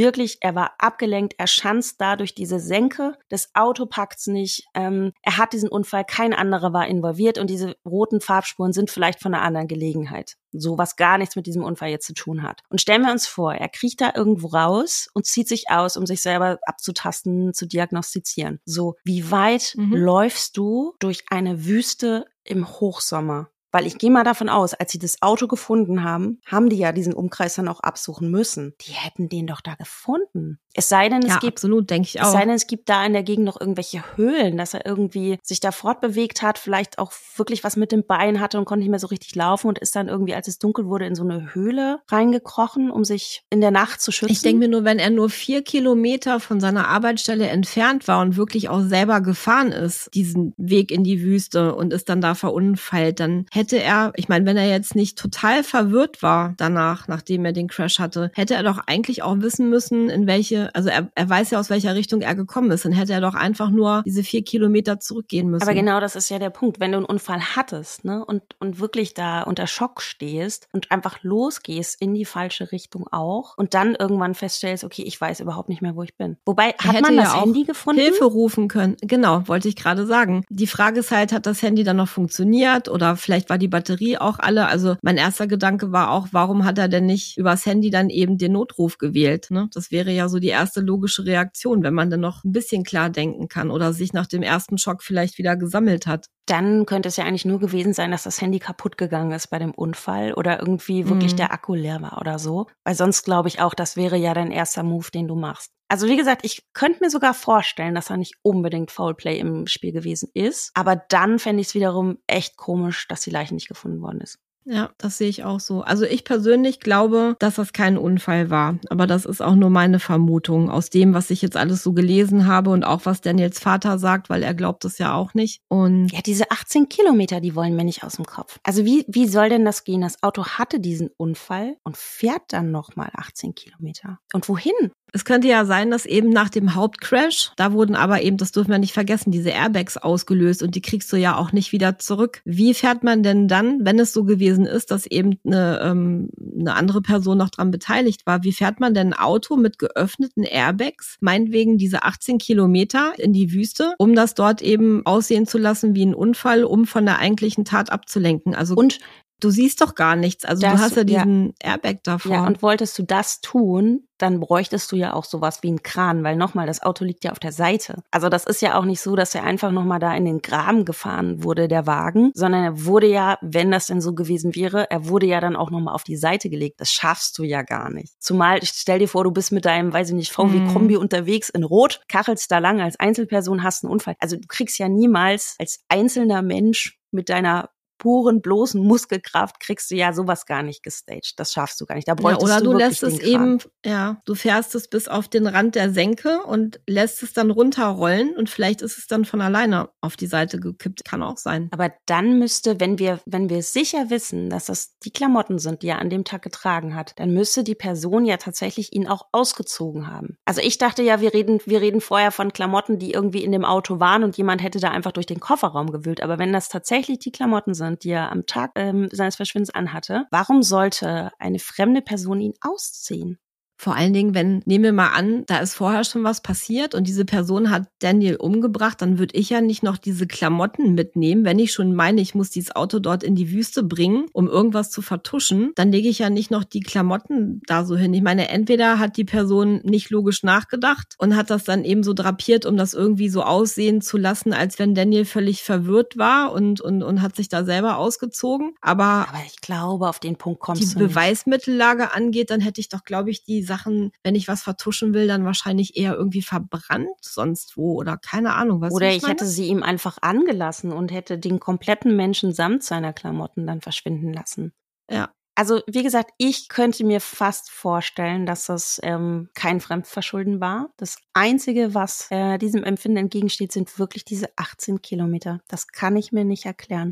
Speaker 1: er war abgelenkt, er schanzt da durch diese Senke, das Auto packt's nicht, er hat diesen Unfall, kein anderer war involviert und diese roten Farbspuren sind vielleicht von einer anderen Gelegenheit. So, was gar nichts mit diesem Unfall jetzt zu tun hat. Und stellen wir uns vor, er kriecht da irgendwo raus und zieht sich aus, um sich selber abzutasten, zu diagnostizieren. So, wie weit läufst du durch eine Wüste im Hochsommer? Weil ich gehe mal davon aus, als sie das Auto gefunden haben, haben die ja diesen Umkreis dann auch absuchen müssen. Die hätten den doch da gefunden. Es sei denn,
Speaker 3: absolut, denke ich auch.
Speaker 1: Es sei denn, es gibt da in der Gegend noch irgendwelche Höhlen, dass er irgendwie sich da fortbewegt hat, vielleicht auch wirklich was mit dem Bein hatte und konnte nicht mehr so richtig laufen und ist dann irgendwie, als es dunkel wurde, in so eine Höhle reingekrochen, um sich in der Nacht zu schützen.
Speaker 3: Ich denke mir nur, wenn er nur 4 Kilometer von seiner Arbeitsstelle entfernt war und wirklich auch selber gefahren ist, diesen Weg in die Wüste und ist dann da verunfallt, dann hätte er, ich meine, wenn er jetzt nicht total verwirrt war danach, nachdem er den Crash hatte, hätte er doch eigentlich auch wissen müssen, in welche, also er weiß ja, aus welcher Richtung er gekommen ist, dann hätte er doch einfach nur diese 4 Kilometer zurückgehen müssen.
Speaker 1: Aber genau das ist ja der Punkt, wenn du einen Unfall hattest, ne, und wirklich da unter Schock stehst und einfach losgehst in die falsche Richtung auch und dann irgendwann feststellst, okay, ich weiß überhaupt nicht mehr, wo ich bin. Wobei, hat man das Handy gefunden?
Speaker 3: Hilfe rufen können. Genau, wollte ich gerade sagen. Die Frage ist halt, hat das Handy dann noch funktioniert oder vielleicht war die Batterie auch alle? Also mein erster Gedanke war auch, warum hat er denn nicht übers Handy dann eben den Notruf gewählt? Ne? Das wäre ja so die erste logische Reaktion, wenn man dann noch ein bisschen klar denken kann oder sich nach dem ersten Schock vielleicht wieder gesammelt hat.
Speaker 1: Dann könnte es ja eigentlich nur gewesen sein, dass das Handy kaputt gegangen ist bei dem Unfall oder irgendwie wirklich der Akku leer war oder so. Weil sonst glaube ich auch, das wäre ja dein erster Move, den du machst. Also wie gesagt, ich könnte mir sogar vorstellen, dass da nicht unbedingt Foulplay im Spiel gewesen ist. Aber dann fände ich es wiederum echt komisch, dass die Leiche nicht gefunden worden ist.
Speaker 3: Ja, das sehe ich auch so. Also ich persönlich glaube, dass das kein Unfall war. Aber das ist auch nur meine Vermutung aus dem, was ich jetzt alles so gelesen habe und auch was Daniels Vater sagt, weil er glaubt es ja auch nicht. Und
Speaker 1: ja, diese 18 Kilometer, die wollen mir nicht aus dem Kopf. Also wie soll denn das gehen? Das Auto hatte diesen Unfall und fährt dann nochmal 18 Kilometer. Und wohin?
Speaker 3: Es könnte ja sein, dass eben nach dem Hauptcrash, da wurden aber eben, das dürfen wir nicht vergessen, diese Airbags ausgelöst und die kriegst du ja auch nicht wieder zurück. Wie fährt man denn dann, wenn es so gewesen ist, dass eben eine andere Person noch dran beteiligt war, wie fährt man denn ein Auto mit geöffneten Airbags, meinetwegen diese 18 Kilometer in die Wüste, um das dort eben aussehen zu lassen wie ein Unfall, um von der eigentlichen Tat abzulenken? Also und du siehst doch gar nichts. Also du hast ja diesen Airbag davor.
Speaker 1: Ja, und wolltest du das tun, dann bräuchtest du ja auch sowas wie einen Kran, weil nochmal, das Auto liegt ja auf der Seite. Also das ist ja auch nicht so, dass er einfach nochmal da in den Graben gefahren wurde, der Wagen, sondern er wurde ja, wenn das denn so gewesen wäre, er wurde ja dann auch nochmal auf die Seite gelegt. Das schaffst du ja gar nicht. Zumal, stell dir vor, du bist mit deinem, weiß ich nicht, VW-Kombi unterwegs in Rot, kachelst da lang als Einzelperson, hast einen Unfall. Also du kriegst ja niemals als einzelner Mensch mit deiner puren, bloßen Muskelkraft kriegst du ja sowas gar nicht gestaged. Das schaffst du gar nicht. Da bräuchtest
Speaker 3: oder
Speaker 1: du
Speaker 3: lässt
Speaker 1: wirklich
Speaker 3: es eben, du fährst es bis auf den Rand der Senke und lässt es dann runterrollen und vielleicht ist es dann von alleine auf die Seite gekippt. Kann auch sein.
Speaker 1: Aber dann müsste, wenn wir sicher wissen, dass das die Klamotten sind, die er an dem Tag getragen hat, dann müsste die Person ja tatsächlich ihn auch ausgezogen haben. Also ich dachte ja, wir reden vorher von Klamotten, die irgendwie in dem Auto waren und jemand hätte da einfach durch den Kofferraum gewühlt. Aber wenn das tatsächlich die Klamotten sind, die er am Tag seines Verschwindens anhatte, warum sollte eine fremde Person ihn ausziehen?
Speaker 3: Vor allen Dingen, nehmen wir mal an, da ist vorher schon was passiert und diese Person hat Daniel umgebracht, dann würde ich ja nicht noch diese Klamotten mitnehmen. Wenn ich schon meine, ich muss dieses Auto dort in die Wüste bringen, um irgendwas zu vertuschen, dann lege ich ja nicht noch die Klamotten da so hin. Ich meine, entweder hat die Person nicht logisch nachgedacht und hat das dann eben so drapiert, um das irgendwie so aussehen zu lassen, als wenn Daniel völlig verwirrt war und hat sich da selber ausgezogen. Aber
Speaker 1: ich glaube, auf den Punkt kommst du nicht.
Speaker 3: Die Beweismittellage angeht, dann hätte ich doch, glaube ich, die Sachen, wenn ich was vertuschen will, dann wahrscheinlich eher irgendwie verbrannt sonst wo oder keine Ahnung. Was
Speaker 1: oder ich hätte sie ihm einfach angelassen und hätte den kompletten Menschen samt seiner Klamotten dann verschwinden lassen.
Speaker 3: Ja.
Speaker 1: Also wie gesagt, ich könnte mir fast vorstellen, dass das kein Fremdverschulden war. Das Einzige, was diesem Empfinden entgegensteht, sind wirklich diese 18 Kilometer. Das kann ich mir nicht erklären.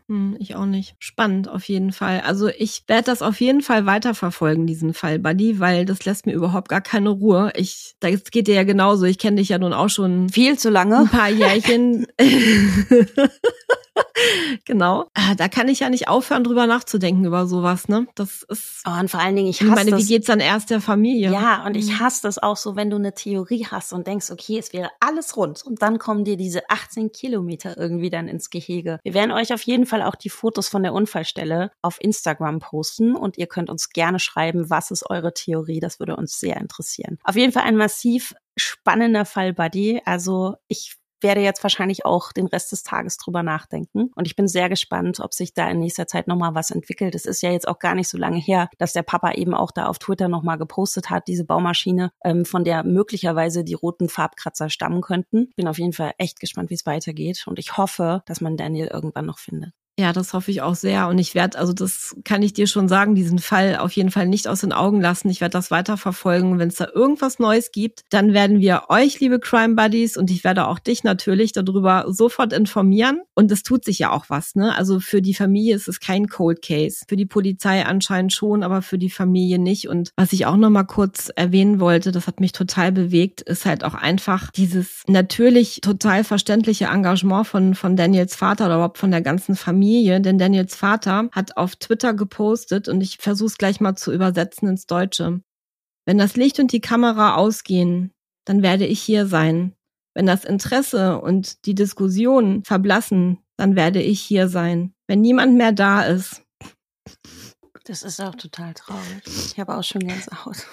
Speaker 3: Ich auch nicht. Spannend auf jeden Fall. Also ich werde das auf jeden Fall weiterverfolgen, diesen Fall, Buddy, weil das lässt mir überhaupt gar keine Ruhe. Das geht dir ja genauso. Ich kenne dich ja nun auch schon
Speaker 1: viel zu lange.
Speaker 3: Ein paar Jährchen. Genau. Da kann ich ja nicht aufhören, drüber nachzudenken über sowas, ne? Das ist.
Speaker 1: Oh, und vor allen Dingen, ich hasse das.
Speaker 3: Wie geht's dann erst der Familie?
Speaker 1: Ja, und ich hasse das auch so, wenn du eine Theorie hast und denkst, okay, es wäre alles rund und dann kommen dir diese 18 Kilometer irgendwie dann ins Gehege. Wir werden euch auf jeden Fall auch die Fotos von der Unfallstelle auf Instagram posten und ihr könnt uns gerne schreiben, was ist eure Theorie? Das würde uns sehr interessieren. Auf jeden Fall ein massiv spannender Fall, Buddy. Also ich werde jetzt wahrscheinlich auch den Rest des Tages drüber nachdenken. Und ich bin sehr gespannt, ob sich da in nächster Zeit nochmal was entwickelt. Es ist ja jetzt auch gar nicht so lange her, dass der Papa eben auch da auf Twitter nochmal gepostet hat, diese Baumaschine, von der möglicherweise die roten Farbkratzer stammen könnten. Bin auf jeden Fall echt gespannt, wie es weitergeht. Und ich hoffe, dass man Daniel irgendwann noch findet.
Speaker 3: Ja, das hoffe ich auch sehr. Und ich werde, also das kann ich dir schon sagen, diesen Fall auf jeden Fall nicht aus den Augen lassen. Ich werde das weiterverfolgen. Wenn es da irgendwas Neues gibt, dann werden wir euch, liebe Crime Buddies, und ich werde auch dich natürlich darüber sofort informieren. Und es tut sich ja auch was, ne? Also für die Familie ist es kein Cold Case. Für die Polizei anscheinend schon, aber für die Familie nicht. Und was ich auch noch mal kurz erwähnen wollte, das hat mich total bewegt, ist halt auch einfach dieses natürlich total verständliche Engagement von Daniels Vater oder überhaupt von der ganzen Familie. Denn Daniels Vater hat auf Twitter gepostet, und ich versuche es gleich mal zu übersetzen ins Deutsche. Wenn das Licht und die Kamera ausgehen, dann werde ich hier sein. Wenn das Interesse und die Diskussion verblassen, dann werde ich hier sein. Wenn niemand mehr da ist.
Speaker 1: Das ist auch total traurig. Ich habe auch schon Gänsehaut.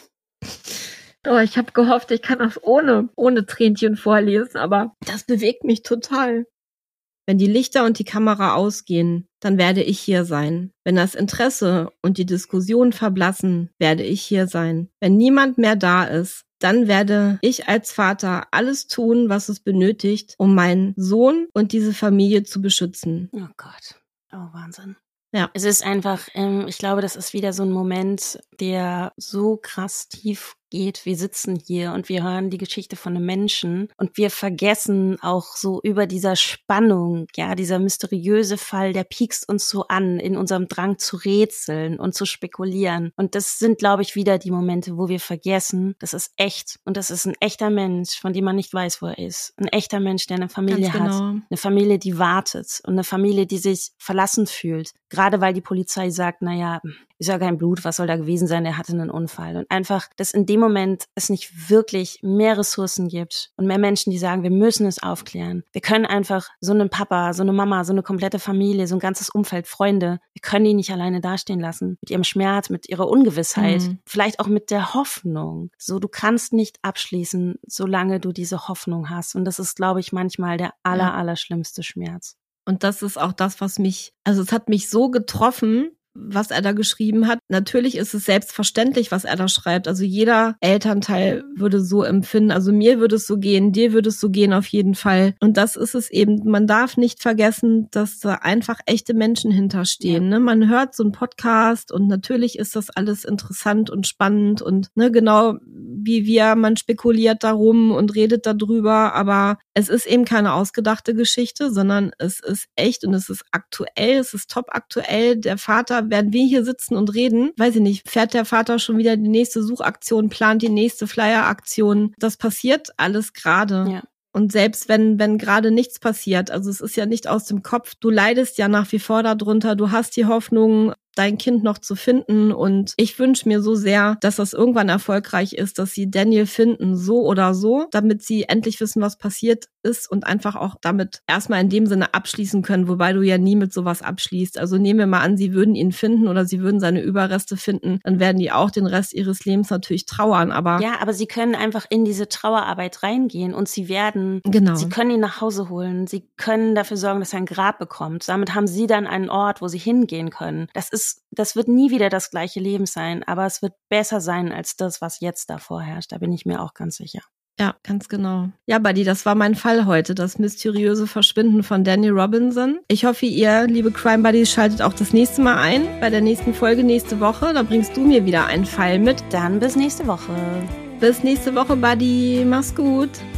Speaker 3: Oh, ich habe gehofft, ich kann das ohne Tränchen vorlesen, aber das bewegt mich total. Wenn die Lichter und die Kamera ausgehen, dann werde ich hier sein. Wenn das Interesse und die Diskussion verblassen, werde ich hier sein. Wenn niemand mehr da ist, dann werde ich als Vater alles tun, was es benötigt, um meinen Sohn und diese Familie zu beschützen.
Speaker 1: Oh Gott. Oh, Wahnsinn.
Speaker 3: Ja.
Speaker 1: Es ist einfach, ich glaube, das ist wieder so ein Moment, der so krass tief geht. Wir sitzen hier und wir hören die Geschichte von einem Menschen und wir vergessen auch so über dieser Spannung, ja, dieser mysteriöse Fall, der piekst uns so an in unserem Drang zu rätseln und zu spekulieren. Und das sind, glaube ich, wieder die Momente, wo wir vergessen, das ist echt und das ist ein echter Mensch, von dem man nicht weiß, wo er ist. Ein echter Mensch, der eine Familie hat, eine Familie, die wartet und eine Familie, die sich verlassen fühlt. Gerade weil die Polizei sagt, naja, ist ja kein Blut, was soll da gewesen sein, der hatte einen Unfall. Und einfach, dass in dem Moment es nicht wirklich mehr Ressourcen gibt und mehr Menschen, die sagen, wir müssen es aufklären. Wir können einfach so einen Papa, so eine Mama, so eine komplette Familie, so ein ganzes Umfeld, Freunde, wir können die nicht alleine dastehen lassen. Mit ihrem Schmerz, mit ihrer Ungewissheit, vielleicht auch mit der Hoffnung. So, du kannst nicht abschließen, solange du diese Hoffnung hast. Und das ist, glaube ich, manchmal der allerschlimmste Schmerz.
Speaker 3: Und das ist auch das, was mich, also es hat mich so getroffen, was er da geschrieben hat. Natürlich ist es selbstverständlich, was er da schreibt. Also jeder Elternteil würde so empfinden. Also mir würde es so gehen, dir würde es so gehen auf jeden Fall. Und das ist es eben. Man darf nicht vergessen, dass da einfach echte Menschen hinterstehen. Ne? Man hört so einen Podcast und natürlich ist das alles interessant und spannend und ne, genau wie wir, man spekuliert darum und redet darüber. Aber es ist eben keine ausgedachte Geschichte, sondern es ist echt und es ist aktuell, es ist top aktuell. Der Vater, werden wir hier sitzen und reden, weiß ich nicht, fährt der Vater schon wieder die nächste Suchaktion, plant die nächste Flyer-Aktion. Das passiert alles gerade. Ja. Und selbst wenn gerade nichts passiert, also es ist ja nicht aus dem Kopf, du leidest ja nach wie vor darunter, du hast die Hoffnung, dein Kind noch zu finden und ich wünsche mir so sehr, dass das irgendwann erfolgreich ist, dass sie Daniel finden, so oder so, damit sie endlich wissen, was passiert ist und einfach auch damit erstmal in dem Sinne abschließen können, wobei du ja nie mit sowas abschließt. Also nehmen wir mal an, sie würden ihn finden oder sie würden seine Überreste finden, dann werden die auch den Rest ihres Lebens natürlich trauern, aber...
Speaker 1: Ja, aber sie können einfach in diese Trauerarbeit reingehen und sie werden, sie können ihn nach Hause holen, sie können dafür sorgen, dass er ein Grab bekommt. Damit haben sie dann einen Ort, wo sie hingehen können. Das wird nie wieder das gleiche Leben sein, aber es wird besser sein als das, was jetzt da vorherrscht. Da bin ich mir auch ganz sicher.
Speaker 3: Ja, ganz genau. Ja, Buddy, das war mein Fall heute, das mysteriöse Verschwinden von Daniel Robinson. Ich hoffe, ihr, liebe Crime Buddies, schaltet auch das nächste Mal ein, bei der nächsten Folge nächste Woche. Da bringst du mir wieder einen Fall mit.
Speaker 1: Dann bis nächste Woche.
Speaker 3: Bis nächste Woche, Buddy. Mach's gut.